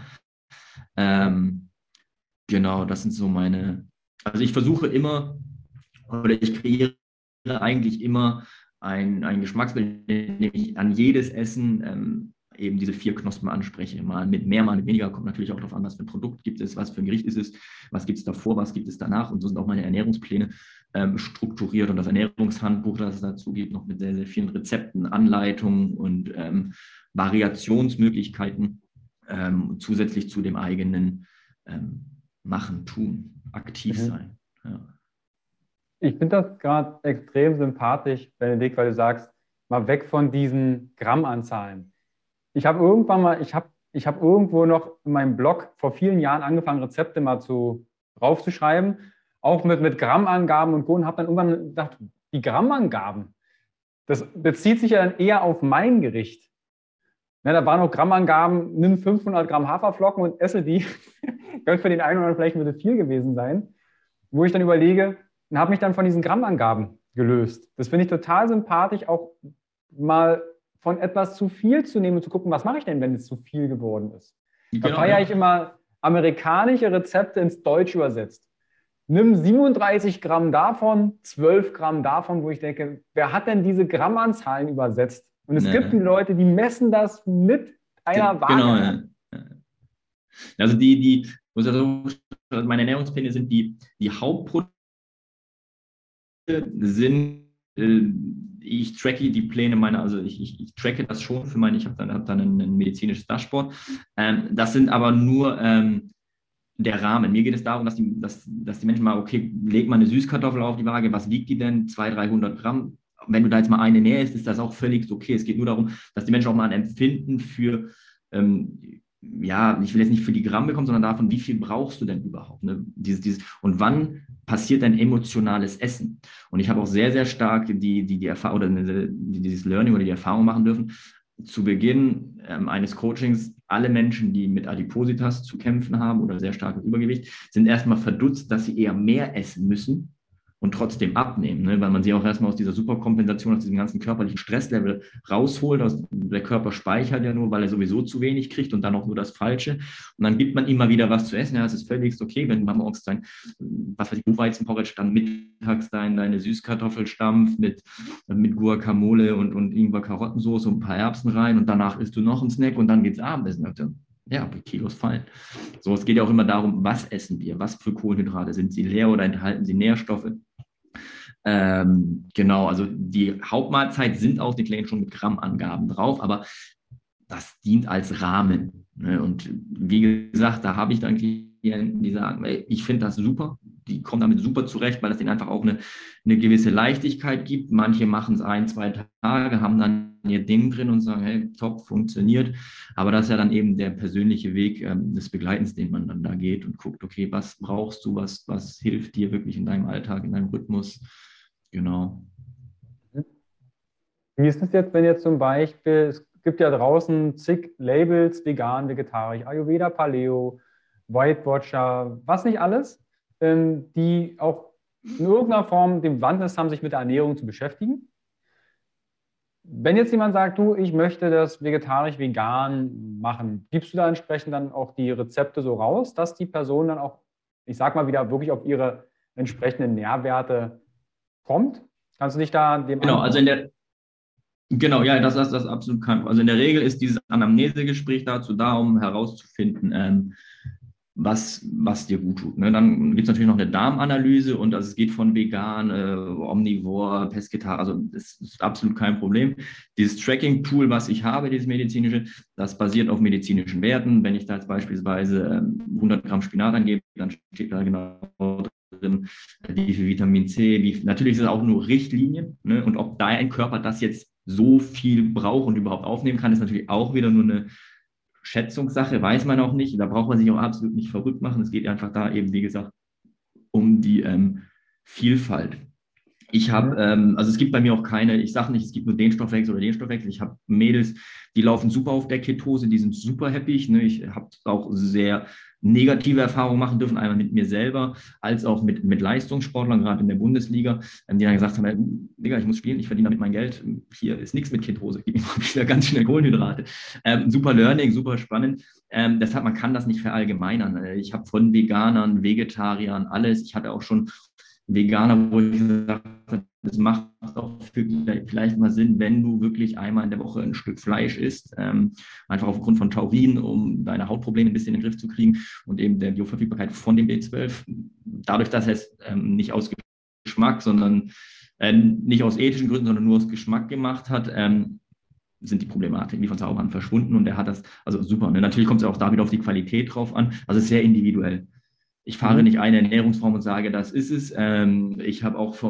Genau, das sind so also ich versuche immer, oder ich kreiere eigentlich immer ein Geschmacksbild, in dem ich an jedes Essen eben diese 4 Knospen anspreche. Mal mit mehr, mal mit weniger. Kommt natürlich auch darauf an, was für ein Produkt gibt es, was für ein Gericht ist es, was gibt es davor, was gibt es danach. Und so sind auch meine Ernährungspläne strukturiert und das Ernährungshandbuch, das es dazu gibt, noch mit sehr, sehr vielen Rezepten, Anleitungen und Variationsmöglichkeiten zusätzlich zu dem eigenen Machen, Tun, aktiv sein. Ja. Ich finde das gerade extrem sympathisch, Benedikt, weil du sagst, mal weg von diesen Grammanzahlen. Ich habe irgendwo noch in meinem Blog vor vielen Jahren angefangen, Rezepte mal raufzuschreiben, auch mit Grammangaben und Co. Und habe dann irgendwann gedacht, die Grammangaben, das bezieht sich ja dann eher auf mein Gericht. Ja, da waren auch Grammangaben, nimm 500 Gramm Haferflocken und esse die. Könnte für den einen oder anderen vielleicht ein bisschen viel gewesen sein. Wo ich dann überlege, und habe mich dann von diesen Grammangaben gelöst. Das finde ich total sympathisch, auch mal von etwas zu viel zu nehmen und zu gucken, was mache ich denn, wenn es zu viel geworden ist. Da feiere ich immer amerikanische Rezepte ins Deutsch übersetzt. Nimm 37 Gramm davon, 12 Gramm davon, wo ich denke, wer hat denn diese Grammanzahlen übersetzt? Und es gibt die Leute, die messen das mit einer Waage. Genau, ja. Also meine Ernährungspläne sind die Hauptprodukte sind, ich tracke die Pläne also ich tracke das schon für ich habe dann ein medizinisches Dashboard. Das sind aber nur der Rahmen. Mir geht es darum, dass die Menschen mal, okay, leg mal eine Süßkartoffel auf die Waage, was wiegt die denn? 200-300 Gramm. Wenn du da jetzt mal eine nähst, ist das auch völlig okay. Es geht nur darum, dass die Menschen auch mal ein Empfinden für ich will jetzt nicht für die Gramm bekommen, sondern davon, wie viel brauchst du denn überhaupt? Ne? Und wann passiert ein emotionales Essen? Und ich habe auch sehr, sehr stark die Erfahrung oder dieses Learning oder die Erfahrung machen dürfen, zu Beginn eines Coachings, alle Menschen, die mit Adipositas zu kämpfen haben oder sehr starkem Übergewicht, sind erstmal verdutzt, dass sie eher mehr essen müssen und trotzdem abnehmen, ne? Weil man sie auch erstmal aus dieser Superkompensation, aus diesem ganzen körperlichen Stresslevel rausholt. Der Körper speichert ja nur, weil er sowieso zu wenig kriegt und dann auch nur das Falsche. Und dann gibt man immer wieder was zu essen. Ja, es ist völlig okay, wenn man morgens Buchweizenporridge, dann mittags deine Süßkartoffelstampf mit Guacamole und Ingwer Karottensoße und ein paar Erbsen rein und danach isst du noch einen Snack und dann geht's Abendessen. Ja, die Kilos fallen. So, es geht ja auch immer darum, was essen wir, was für Kohlenhydrate, sind sie leer oder enthalten sie Nährstoffe? Genau, also die Hauptmahlzeit sind auch die Pläne schon mit Grammangaben drauf, aber das dient als Rahmen. Ne? Und wie gesagt, da habe ich dann Klienten, die sagen, ey, ich finde das super, die kommen damit super zurecht, weil es ihnen einfach auch eine gewisse Leichtigkeit gibt. Manche machen es 1-2 Tage, haben dann ihr Ding drin und sagen, hey, top, funktioniert. Aber das ist ja dann eben der persönliche Weg des Begleitens, den man dann da geht und guckt, okay, was brauchst du, was hilft dir wirklich in deinem Alltag, in deinem Rhythmus? Genau. Wie ist es jetzt, wenn jetzt zum Beispiel, es gibt ja draußen zig Labels, vegan, vegetarisch, Ayurveda, Paleo, White Watcher, was nicht alles, die auch in irgendeiner Form den Wandel haben, sich mit der Ernährung zu beschäftigen. Wenn jetzt jemand sagt, du, ich möchte das vegetarisch-vegan machen, gibst du da entsprechend dann auch die Rezepte so raus, dass die Person dann auch, ich sag mal wieder, wirklich auf ihre entsprechenden Nährwerte kommt? Kannst du dich da dem Genau, also Genau, ja, das ist absolut kein Problem. Also in der Regel ist dieses Anamnesegespräch dazu da, um herauszufinden, was dir gut tut. Ne? Dann gibt es natürlich noch eine Darmanalyse und also es geht von vegan, omnivor, Pesketarier, also das ist absolut kein Problem. Dieses Tracking-Tool, was ich habe, dieses medizinische, das basiert auf medizinischen Werten. Wenn ich da jetzt beispielsweise 100 Gramm Spinat angebe, dann steht da genau drin, wie viel Vitamin C, natürlich ist es auch nur Richtlinien, ne? Und ob dein Körper das jetzt so viel braucht und überhaupt aufnehmen kann, ist natürlich auch wieder nur eine Schätzungssache, weiß man auch nicht. Da braucht man sich auch absolut nicht verrückt machen. Es geht einfach da eben, wie gesagt, um die Vielfalt. Ich habe, also es gibt bei mir auch keine, ich sage nicht, es gibt nur den Stoffwechsel oder den Stoffwechsel. Ich habe Mädels, die laufen super auf der Ketose, die sind super happy. Ne? Ich habe auch sehr negative Erfahrungen machen dürfen, einmal mit mir selber, als auch mit Leistungssportlern, gerade in der Bundesliga, die dann gesagt haben, Digga, ich muss spielen, ich verdiene damit mein Geld, hier ist nichts mit Ketose, gib mir mal wieder ganz schnell Kohlenhydrate. Super Learning, super spannend. Deshalb, man kann das nicht verallgemeinern. Ich habe von Veganern, Vegetariern, alles. Ich hatte auch schon Veganer, wo ich gesagt habe, das macht auch vielleicht mal Sinn, wenn du wirklich einmal in der Woche ein Stück Fleisch isst, einfach aufgrund von Taurin, um deine Hautprobleme ein bisschen in den Griff zu kriegen und eben der Bioverfügbarkeit von dem B12. Dadurch, dass es nicht aus Geschmack, sondern nicht aus ethischen Gründen, sondern nur aus Geschmack gemacht hat, sind die Problematiken, die von Zaubern verschwunden und er hat das, also super. Ne? Natürlich kommt es auch da wieder auf die Qualität drauf an, also sehr individuell. Ich fahre nicht eine Ernährungsform und sage, das ist es. Ich habe auch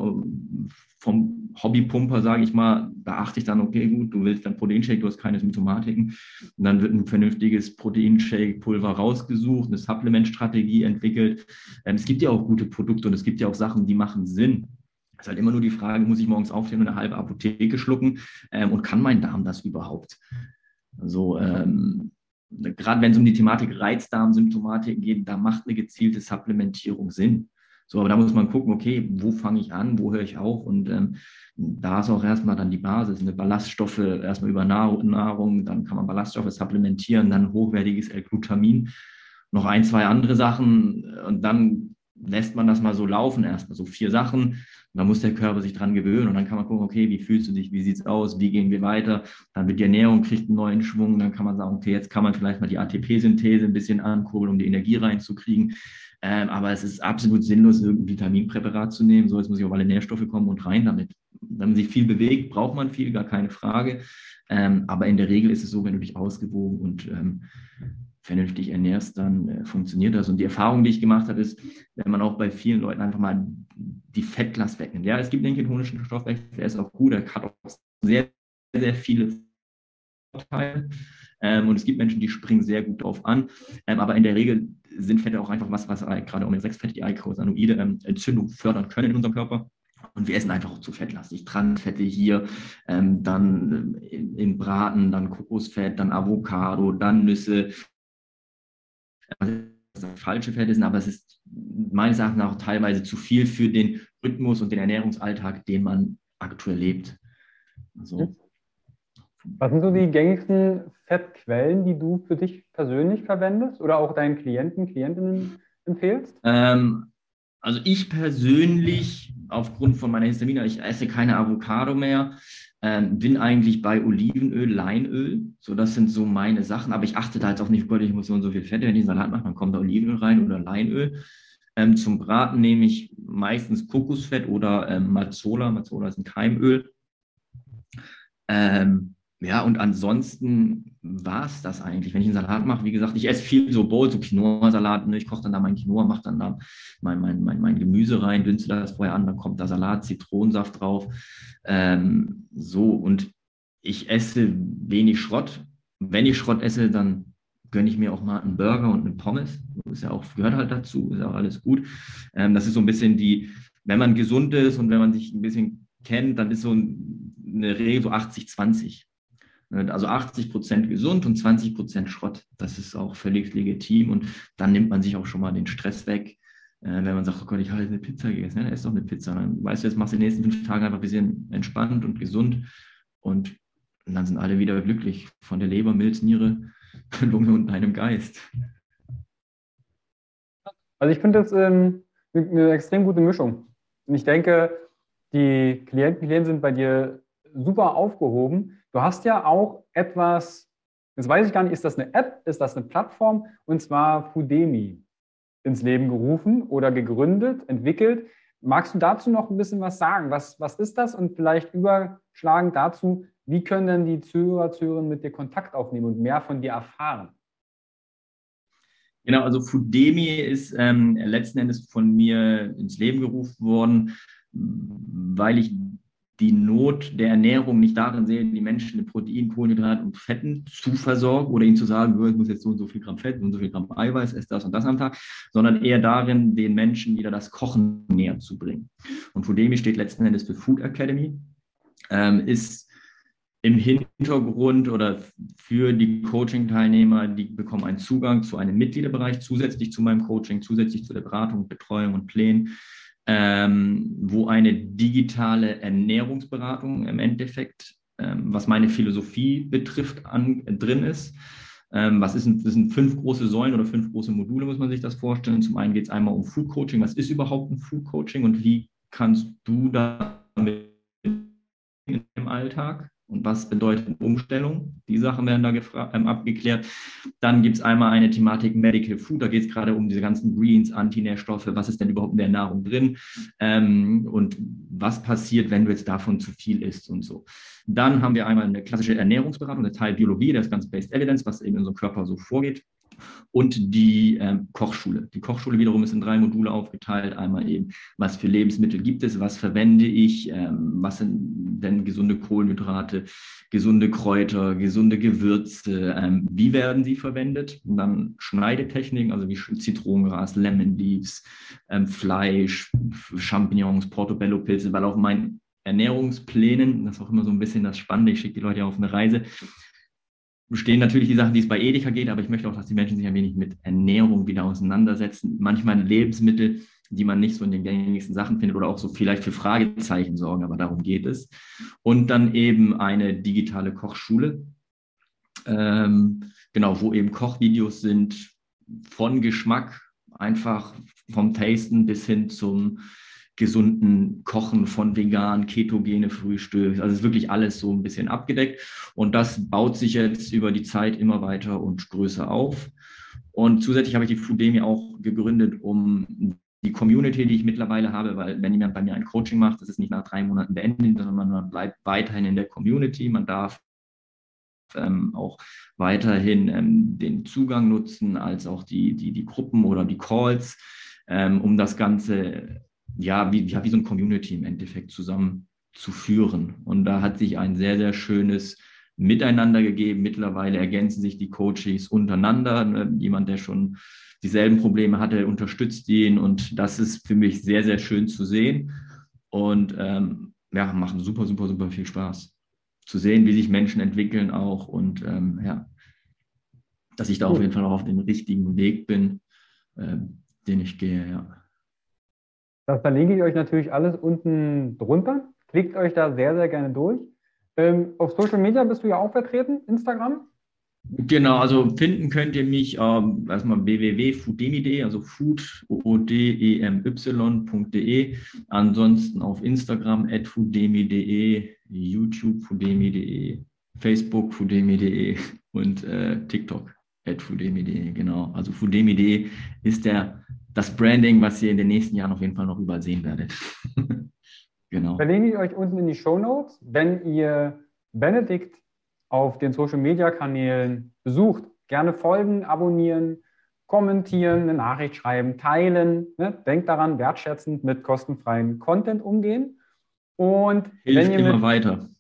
vom Hobbypumper, sage ich mal, da achte ich dann, okay, gut, du willst dann Proteinshake, du hast keine Symptomatiken. Und dann wird ein vernünftiges Proteinshake-Pulver rausgesucht, eine Supplementstrategie entwickelt. Es gibt ja auch gute Produkte und es gibt ja auch Sachen, die machen Sinn. Es ist halt immer nur die Frage, muss ich morgens aufstehen und eine halbe Apotheke schlucken und kann mein Darm das überhaupt? Also gerade wenn es um die Thematik Reizdarmsymptomatik geht, da macht eine gezielte Supplementierung Sinn. So, aber da muss man gucken, okay, wo fange ich an, wo höre ich auf? Und da ist auch erstmal dann die Basis, eine Ballaststoffe, erstmal über Nahrung, dann kann man Ballaststoffe supplementieren, dann hochwertiges L-Glutamin, noch ein, zwei andere Sachen und dann lässt man das mal so laufen, erstmal so 4 Sachen. Da muss der Körper sich dran gewöhnen und dann kann man gucken, okay, wie fühlst du dich, wie sieht es aus, wie gehen wir weiter? Dann wird die Ernährung, kriegt einen neuen Schwung, dann kann man sagen, okay, jetzt kann man vielleicht mal die ATP-Synthese ein bisschen ankurbeln, um die Energie reinzukriegen. Aber es ist absolut sinnlos, irgendein Vitaminpräparat zu nehmen. So, jetzt muss ich auf alle Nährstoffe kommen und rein damit. Wenn man sich viel bewegt, braucht man viel, gar keine Frage. Aber in der Regel ist es so, wenn du dich ausgewogen und vernünftig ernährst, dann funktioniert das. Und die Erfahrung, die ich gemacht habe, ist, wenn man auch bei vielen Leuten einfach mal die Fettlast wegnimmt. Ja, es gibt den ketonischen Stoffwechsel, der ist auch gut, der hat auch sehr, sehr viele Vorteile. Und es gibt Menschen, die springen sehr gut drauf an. Aber in der Regel sind Fette auch einfach was gerade Omega-6-Fette, die Eicosanoide, Entzündung fördern können in unserem Körper. Und wir essen einfach auch zu fettlastig. Transfette hier, dann in Braten, dann Kokosfett, dann Avocado, dann Nüsse. Falsche Fette sind, aber es ist meines Erachtens auch teilweise zu viel für den Rhythmus und den Ernährungsalltag, den man aktuell lebt. Also, was sind so die gängigsten Fettquellen, die du für dich persönlich verwendest oder auch deinen Klienten, Klientinnen empfehlst? Also ich persönlich, aufgrund von meiner Histamine, ich esse keine Avocado mehr, bin eigentlich bei Olivenöl, Leinöl. So, das sind so meine Sachen. Aber ich achte da jetzt auch nicht, Gott, ich muss so und so viel Fett, wenn ich einen Salat mache, dann kommt da Olivenöl rein oder Leinöl. Zum Braten nehme ich meistens Kokosfett oder Mazola. Mazola ist ein Keimöl. Ja, und ansonsten war es das eigentlich. Wenn ich einen Salat mache, wie gesagt, ich esse viel so Bowl, so Quinoa-Salat. Ne? Ich koche dann da mein Quinoa, mache dann da mein Gemüse rein, dünste das vorher an, dann kommt da Salat, Zitronensaft drauf. So, und ich esse wenig Schrott. Wenn ich Schrott esse, dann gönne ich mir auch mal einen Burger und eine Pommes. Das ist ja auch, gehört halt dazu, ist auch alles gut. Das ist so ein bisschen wenn man gesund ist und wenn man sich ein bisschen kennt, dann ist so eine Regel so 80-20. Also 80% gesund und 20% Schrott. Das ist auch völlig legitim und dann nimmt man sich auch schon mal den Stress weg. Wenn man sagt, oh Gott, ich habe eine Pizza gegessen, dann isst doch eine Pizza. Dann weißt du, jetzt machst du die nächsten 5 Tage einfach ein bisschen entspannt und gesund und dann sind alle wieder glücklich von der Leber, Milz, Niere, Lunge und deinem Geist. Also ich finde das eine extrem gute Mischung. Und ich denke, die Klienten sind bei dir super aufgehoben. Du hast ja auch etwas, jetzt weiß ich gar nicht, ist das eine App, ist das eine Plattform, und zwar Fudemy ins Leben gerufen oder gegründet, entwickelt. Magst du dazu noch ein bisschen was sagen? Was ist das? Und vielleicht überschlagend dazu, wie können denn die Zuhörer, Zuhörerinnen mit dir Kontakt aufnehmen und mehr von dir erfahren? Genau, also Fudemy ist letzten Endes von mir ins Leben gerufen worden, weil ich die Not der Ernährung nicht darin sehe, die Menschen mit Protein, Kohlenhydraten und Fetten zu versorgen oder ihnen zu sagen, ich muss jetzt so und so viel Gramm Fett, so und so viel Gramm Eiweiß, ess das und das am Tag, sondern eher darin, den Menschen wieder das Kochen näher zu bringen. Und Fudemy steht letzten Endes für Food Academy, ist im Hintergrund oder für die Coaching-Teilnehmer, die bekommen einen Zugang zu einem Mitgliederbereich, zusätzlich zu meinem Coaching, zusätzlich zu der Beratung, Betreuung und Plänen, wo eine digitale Ernährungsberatung im Endeffekt, was meine Philosophie betrifft, drin ist. Das sind 5 große Säulen oder 5 große Module, muss man sich das vorstellen. Zum einen geht es einmal um Food Coaching. Was ist überhaupt ein Food Coaching und wie kannst du damit im Alltag? Und was bedeutet Umstellung? Die Sachen werden da abgeklärt. Dann gibt es einmal eine Thematik Medical Food. Da geht es gerade um diese ganzen Greens, Antinährstoffe. Was ist denn überhaupt in der Nahrung drin? Und was passiert, wenn du jetzt davon zu viel isst und so. Dann haben wir einmal eine klassische Ernährungsberatung, der Teil Biologie, das ganze Based Evidence, was eben in unserem Körper so vorgeht. Und die Kochschule. Die Kochschule wiederum ist in 3 Module aufgeteilt. Einmal eben, was für Lebensmittel gibt es, was verwende ich, was sind denn gesunde Kohlenhydrate, gesunde Kräuter, gesunde Gewürze, wie werden sie verwendet? Und dann Schneidetechniken, also wie Zitronengras, Lemon Leaves, Fleisch, Champignons, Portobello-Pilze, weil auf meinen Ernährungsplänen, das ist auch immer so ein bisschen das Spannende, ich schicke die Leute ja auf eine Reise, bestehen natürlich die Sachen, die es bei Edeka geht, aber ich möchte auch, dass die Menschen sich ein wenig mit Ernährung wieder auseinandersetzen. Manchmal Lebensmittel, die man nicht so in den gängigsten Sachen findet oder auch so vielleicht für Fragezeichen sorgen, aber darum geht es. Und dann eben eine digitale Kochschule, genau, wo eben Kochvideos sind von Geschmack, einfach vom Tasten bis hin zum gesunden Kochen, von vegan, ketogene Frühstück. Also es ist wirklich alles so ein bisschen abgedeckt. Und das baut sich jetzt über die Zeit immer weiter und größer auf. Und zusätzlich habe ich die Fudemy auch gegründet, um die Community, die ich mittlerweile habe, weil wenn jemand bei mir ein Coaching macht, das ist nicht nach 3 Monaten beendet, sondern man bleibt weiterhin in der Community. Man darf auch weiterhin den Zugang nutzen, als auch die Gruppen oder die Calls, um das Ganze wie so ein Community im Endeffekt zusammenzuführen. Und da hat sich ein sehr, sehr schönes Miteinander gegeben. Mittlerweile ergänzen sich die Coaches untereinander. Jemand, der schon dieselben Probleme hatte, unterstützt ihn. Und das ist für mich sehr, sehr schön zu sehen. Und macht super, super, super viel Spaß zu sehen, wie sich Menschen entwickeln auch. Und dass ich da auf jeden Fall auch auf dem richtigen Weg bin, den ich gehe, ja. Das verlinke ich euch natürlich alles unten drunter. Klickt euch da sehr, sehr gerne durch. Auf Social Media bist du ja auch vertreten, Instagram? Genau, also finden könnt ihr mich erstmal www.fudemy.de, also food.demy.de. Ansonsten auf Instagram @fudemy.de, YouTube fudemy.de, Facebook fudemy.de und TikTok @fudemy.de. Genau, also fudemy.de ist das Branding, was ihr in den nächsten Jahren auf jeden Fall noch überall sehen werdet. Genau. Verlinke ich euch unten in die Shownotes. Wenn ihr Benedikt auf den Social-Media-Kanälen besucht, gerne folgen, abonnieren, kommentieren, eine Nachricht schreiben, teilen. Ne? Denkt daran, wertschätzend mit kostenfreien Content umgehen. Und hilft immer weiter.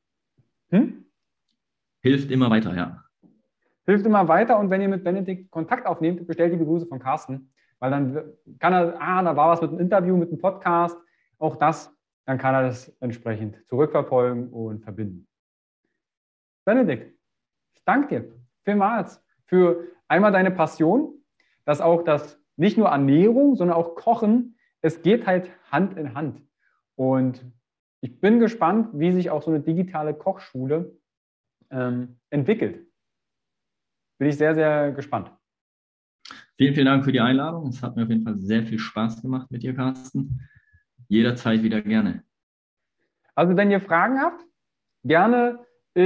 Hilft immer weiter, ja. Hilft immer weiter. Und wenn ihr mit Benedikt Kontakt aufnehmt, bestellt die Grüße von Carsten. Weil dann kann er, da war was mit einem Interview, mit einem Podcast, auch das, dann kann er das entsprechend zurückverfolgen und verbinden. Benedikt, ich danke dir vielmals für einmal deine Passion, dass auch das nicht nur Ernährung, sondern auch Kochen, es geht halt Hand in Hand. Und ich bin gespannt, wie sich auch so eine digitale Kochschule entwickelt. Bin ich sehr, sehr gespannt. Vielen, vielen Dank für die Einladung. Es hat mir auf jeden Fall sehr viel Spaß gemacht mit dir, Carsten. Jederzeit wieder gerne. Also wenn ihr Fragen habt, gerne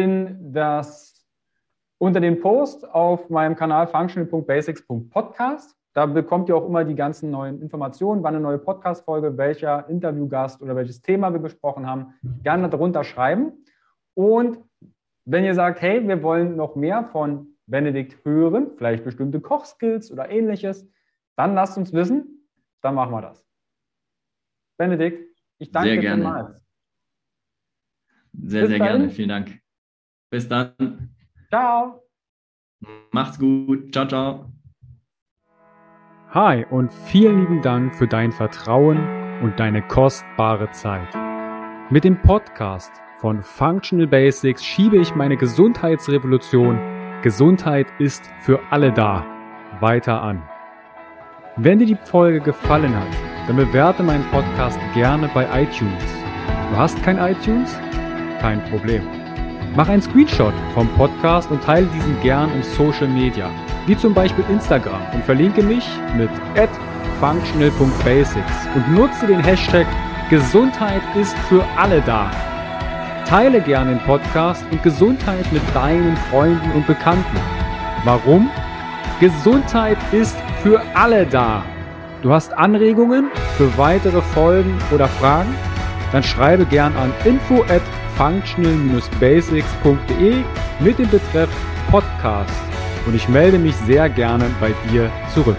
unter den Post auf meinem Kanal functional.basics.podcast. Da bekommt ihr auch immer die ganzen neuen Informationen, wann eine neue Podcast-Folge, welcher Interviewgast oder welches Thema wir besprochen haben, gerne darunter schreiben. Und wenn ihr sagt, hey, wir wollen noch mehr von Benedikt hören, vielleicht bestimmte Kochskills oder ähnliches, dann lasst uns wissen, dann machen wir das. Benedikt, ich danke dir vielmals. Sehr, sehr gerne. Vielen Dank. Bis dann. Ciao. Macht's gut. Ciao, ciao. Hi und vielen lieben Dank für dein Vertrauen und deine kostbare Zeit. Mit dem Podcast von Functional Basics schiebe ich meine Gesundheitsrevolution Gesundheit ist für alle da weiter an. Wenn dir die Folge gefallen hat, dann bewerte meinen Podcast gerne bei iTunes. Du hast kein iTunes? Kein Problem. Mach einen Screenshot vom Podcast und teile diesen gern in Social Media, wie zum Beispiel Instagram, und verlinke mich mit @functional.basics und nutze den Hashtag Gesundheit ist für alle da. Teile gerne den Podcast und Gesundheit mit deinen Freunden und Bekannten. Warum? Gesundheit ist für alle da. Du hast Anregungen für weitere Folgen oder Fragen? Dann schreibe gern an info@functional-basics.de mit dem Betreff Podcast und ich melde mich sehr gerne bei dir zurück.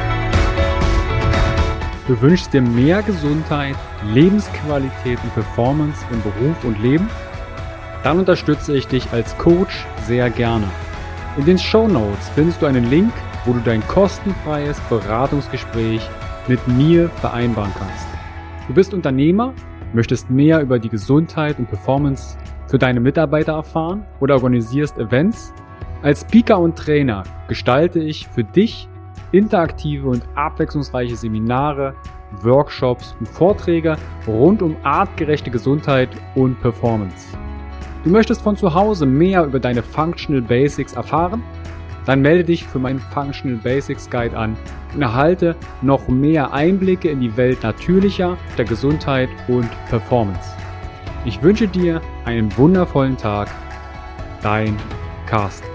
Du wünschst dir mehr Gesundheit, Lebensqualität und Performance im Beruf und Leben? Dann unterstütze ich dich als Coach sehr gerne. In den Shownotes findest du einen Link, wo du dein kostenfreies Beratungsgespräch mit mir vereinbaren kannst. Du bist Unternehmer, möchtest mehr über die Gesundheit und Performance für deine Mitarbeiter erfahren oder organisierst Events? Als Speaker und Trainer gestalte ich für dich interaktive und abwechslungsreiche Seminare, Workshops und Vorträge rund um artgerechte Gesundheit und Performance. Du möchtest von zu Hause mehr über deine Functional Basics erfahren? Dann melde dich für meinen Functional Basics Guide an und erhalte noch mehr Einblicke in die Welt natürlicher, der Gesundheit und Performance. Ich wünsche dir einen wundervollen Tag. Dein Carsten.